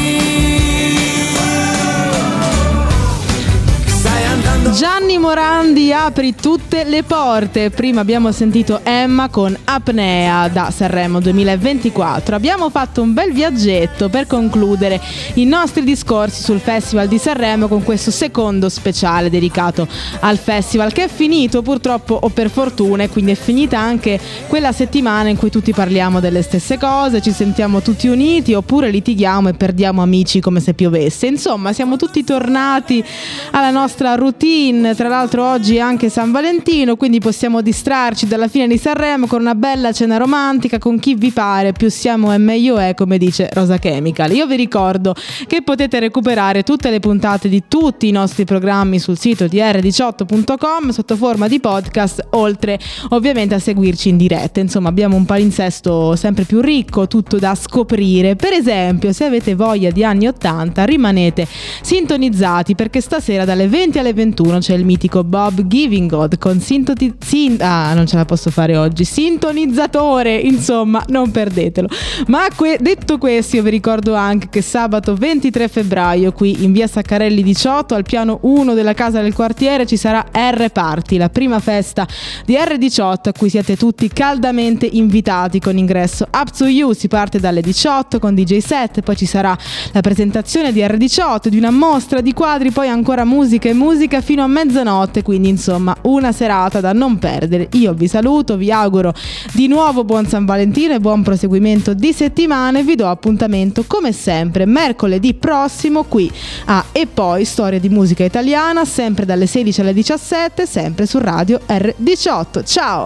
Stai andando. Gianni Morandi, apri tutte le porte. Prima abbiamo sentito Emma con Apnea da Sanremo duemilaventiquattro. Abbiamo fatto un bel viaggetto per concludere i nostri discorsi sul Festival di Sanremo con questo secondo speciale dedicato al festival, che è finito purtroppo o per fortuna, e quindi è finita anche quella settimana in cui tutti parliamo delle stesse cose, ci sentiamo tutti uniti oppure litighiamo e perdiamo amici come se piovesse. Insomma, siamo tutti tornati alla nostra routine. Tra l'altro oggi è anche anche San Valentino, quindi possiamo distrarci dalla fine di Sanremo con una bella cena romantica con chi vi pare, più siamo e meglio è, come dice Rosa Chemical. Io vi ricordo che potete recuperare tutte le puntate di tutti i nostri programmi sul sito di erre diciotto punto com sotto forma di podcast, oltre ovviamente a seguirci in diretta. Insomma, abbiamo un palinsesto sempre più ricco, tutto da scoprire. Per esempio, se avete voglia di anni ottanta, rimanete sintonizzati, perché stasera dalle venti alle ventuno c'è il mitico Bob Giving God con sintoti- sin- ah, non ce la posso fare oggi, sintonizzatore, insomma, non perdetelo. Ma que- detto questo, io vi ricordo anche che sabato ventitré febbraio qui in via Saccarelli diciotto al piano uno della Casa del Quartiere ci sarà R Party, la prima festa di erre diciotto a cui siete tutti caldamente invitati con ingresso up to you. Si parte dalle diciotto con D J set, poi ci sarà la presentazione di erre diciotto, di una mostra di quadri, poi ancora musica e musica fino a mezzanotte, quindi insomma una serata da non perdere. Io vi saluto, vi auguro di nuovo buon San Valentino e buon proseguimento di settimana e vi do appuntamento come sempre mercoledì prossimo qui a E Poi Storia di musica italiana, sempre dalle sedici alle diciassette, sempre su Radio erre diciotto. Ciao!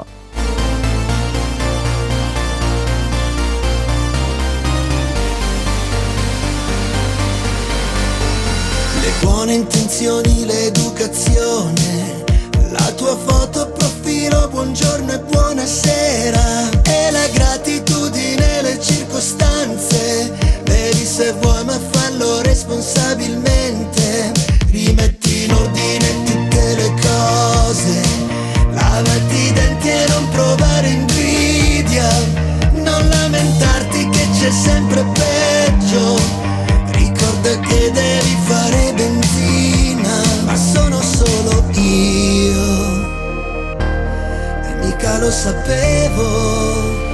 Le buone intenzioni, l'educazione, la tua foto profilo, buongiorno e buonasera, e la gratitudine, le circostanze, bevi se vuoi ma fallo responsabilmente, rimetti in ordine tutte le cose, lavati i denti e non provare invidia, non lamentarti che c'è sempre peggio, ricorda che devi fare benzina, ma sono solo io e mica lo sapevo.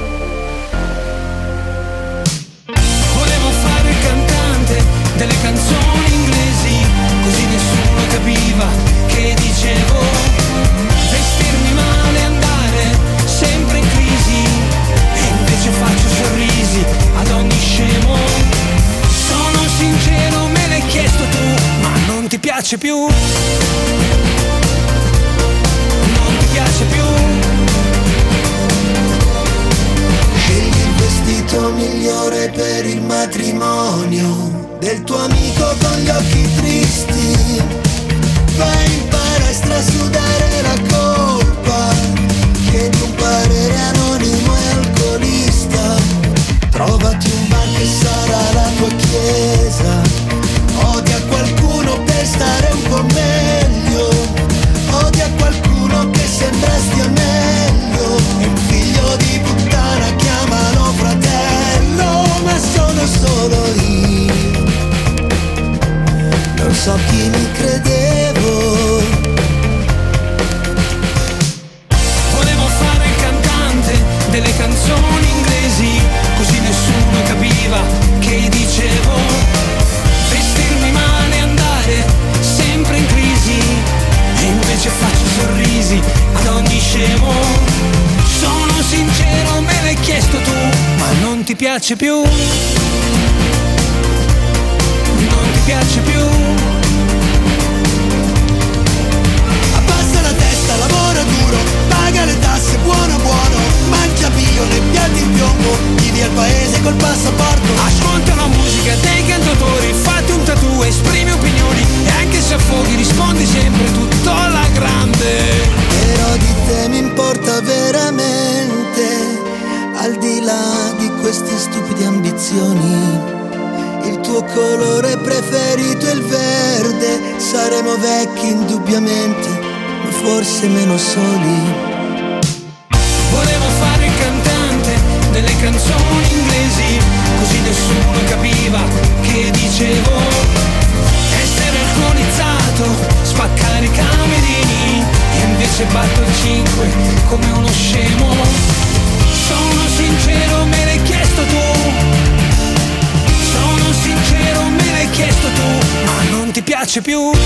Volevo fare il cantante delle canzoni inglesi, così nessuno capiva che dicevo, vestirmi male, andare sempre in crisi, e invece faccio sorrisi ad ogni scemo. Sono sincero, me l'hai chiesto tu, ma non ti piace più, non ti piace più. Scegli il vestito migliore per il matrimonio del tuo amico con gli occhi tristi, vai in palestra a sudare la colpa, chiedi un parere anonimo e alcolista, trovati un bar che sarà la tua chiesa, odia qualcuno per stare un po' meglio, odia qualcuno che sembra stia meglio, è un figlio di puttana, chiamalo fratello, ma sono solo io, non so chi mi credevo. Volevo fare il cantante delle canzoni inglesi, così nessuno capiva che dicevo, vestirmi male, andare sempre in crisi, e invece faccio sorrisi ad ogni scemo. Sono sincero, me l'hai chiesto tu, ma non ti piace più, non ti piace più. Abbassa la testa, lavora duro, paga le tasse, buono buono, mangia bio nei piatti in piombo, vivi al paese col passaporto, ascolta la musica dei cantautori, fatti un tattoo, esprimi opinioni, e anche se affoghi rispondi sempre tutto alla grande. Però di te mi importa veramente, al di là di queste stupide ambizioni, il tuo colore preferito è il verde, saremo vecchi indubbiamente, ma forse meno soli. Volevo fare il cantante delle canzoni inglesi, così nessuno capiva che dicevo, essere alcolizzato, spaccare i camerini, e invece batto il cinque come uno scemo. Sono sincero, me l'hai chiesto tu, sono sincero, me l'hai chiesto tu, ma non ti piace più,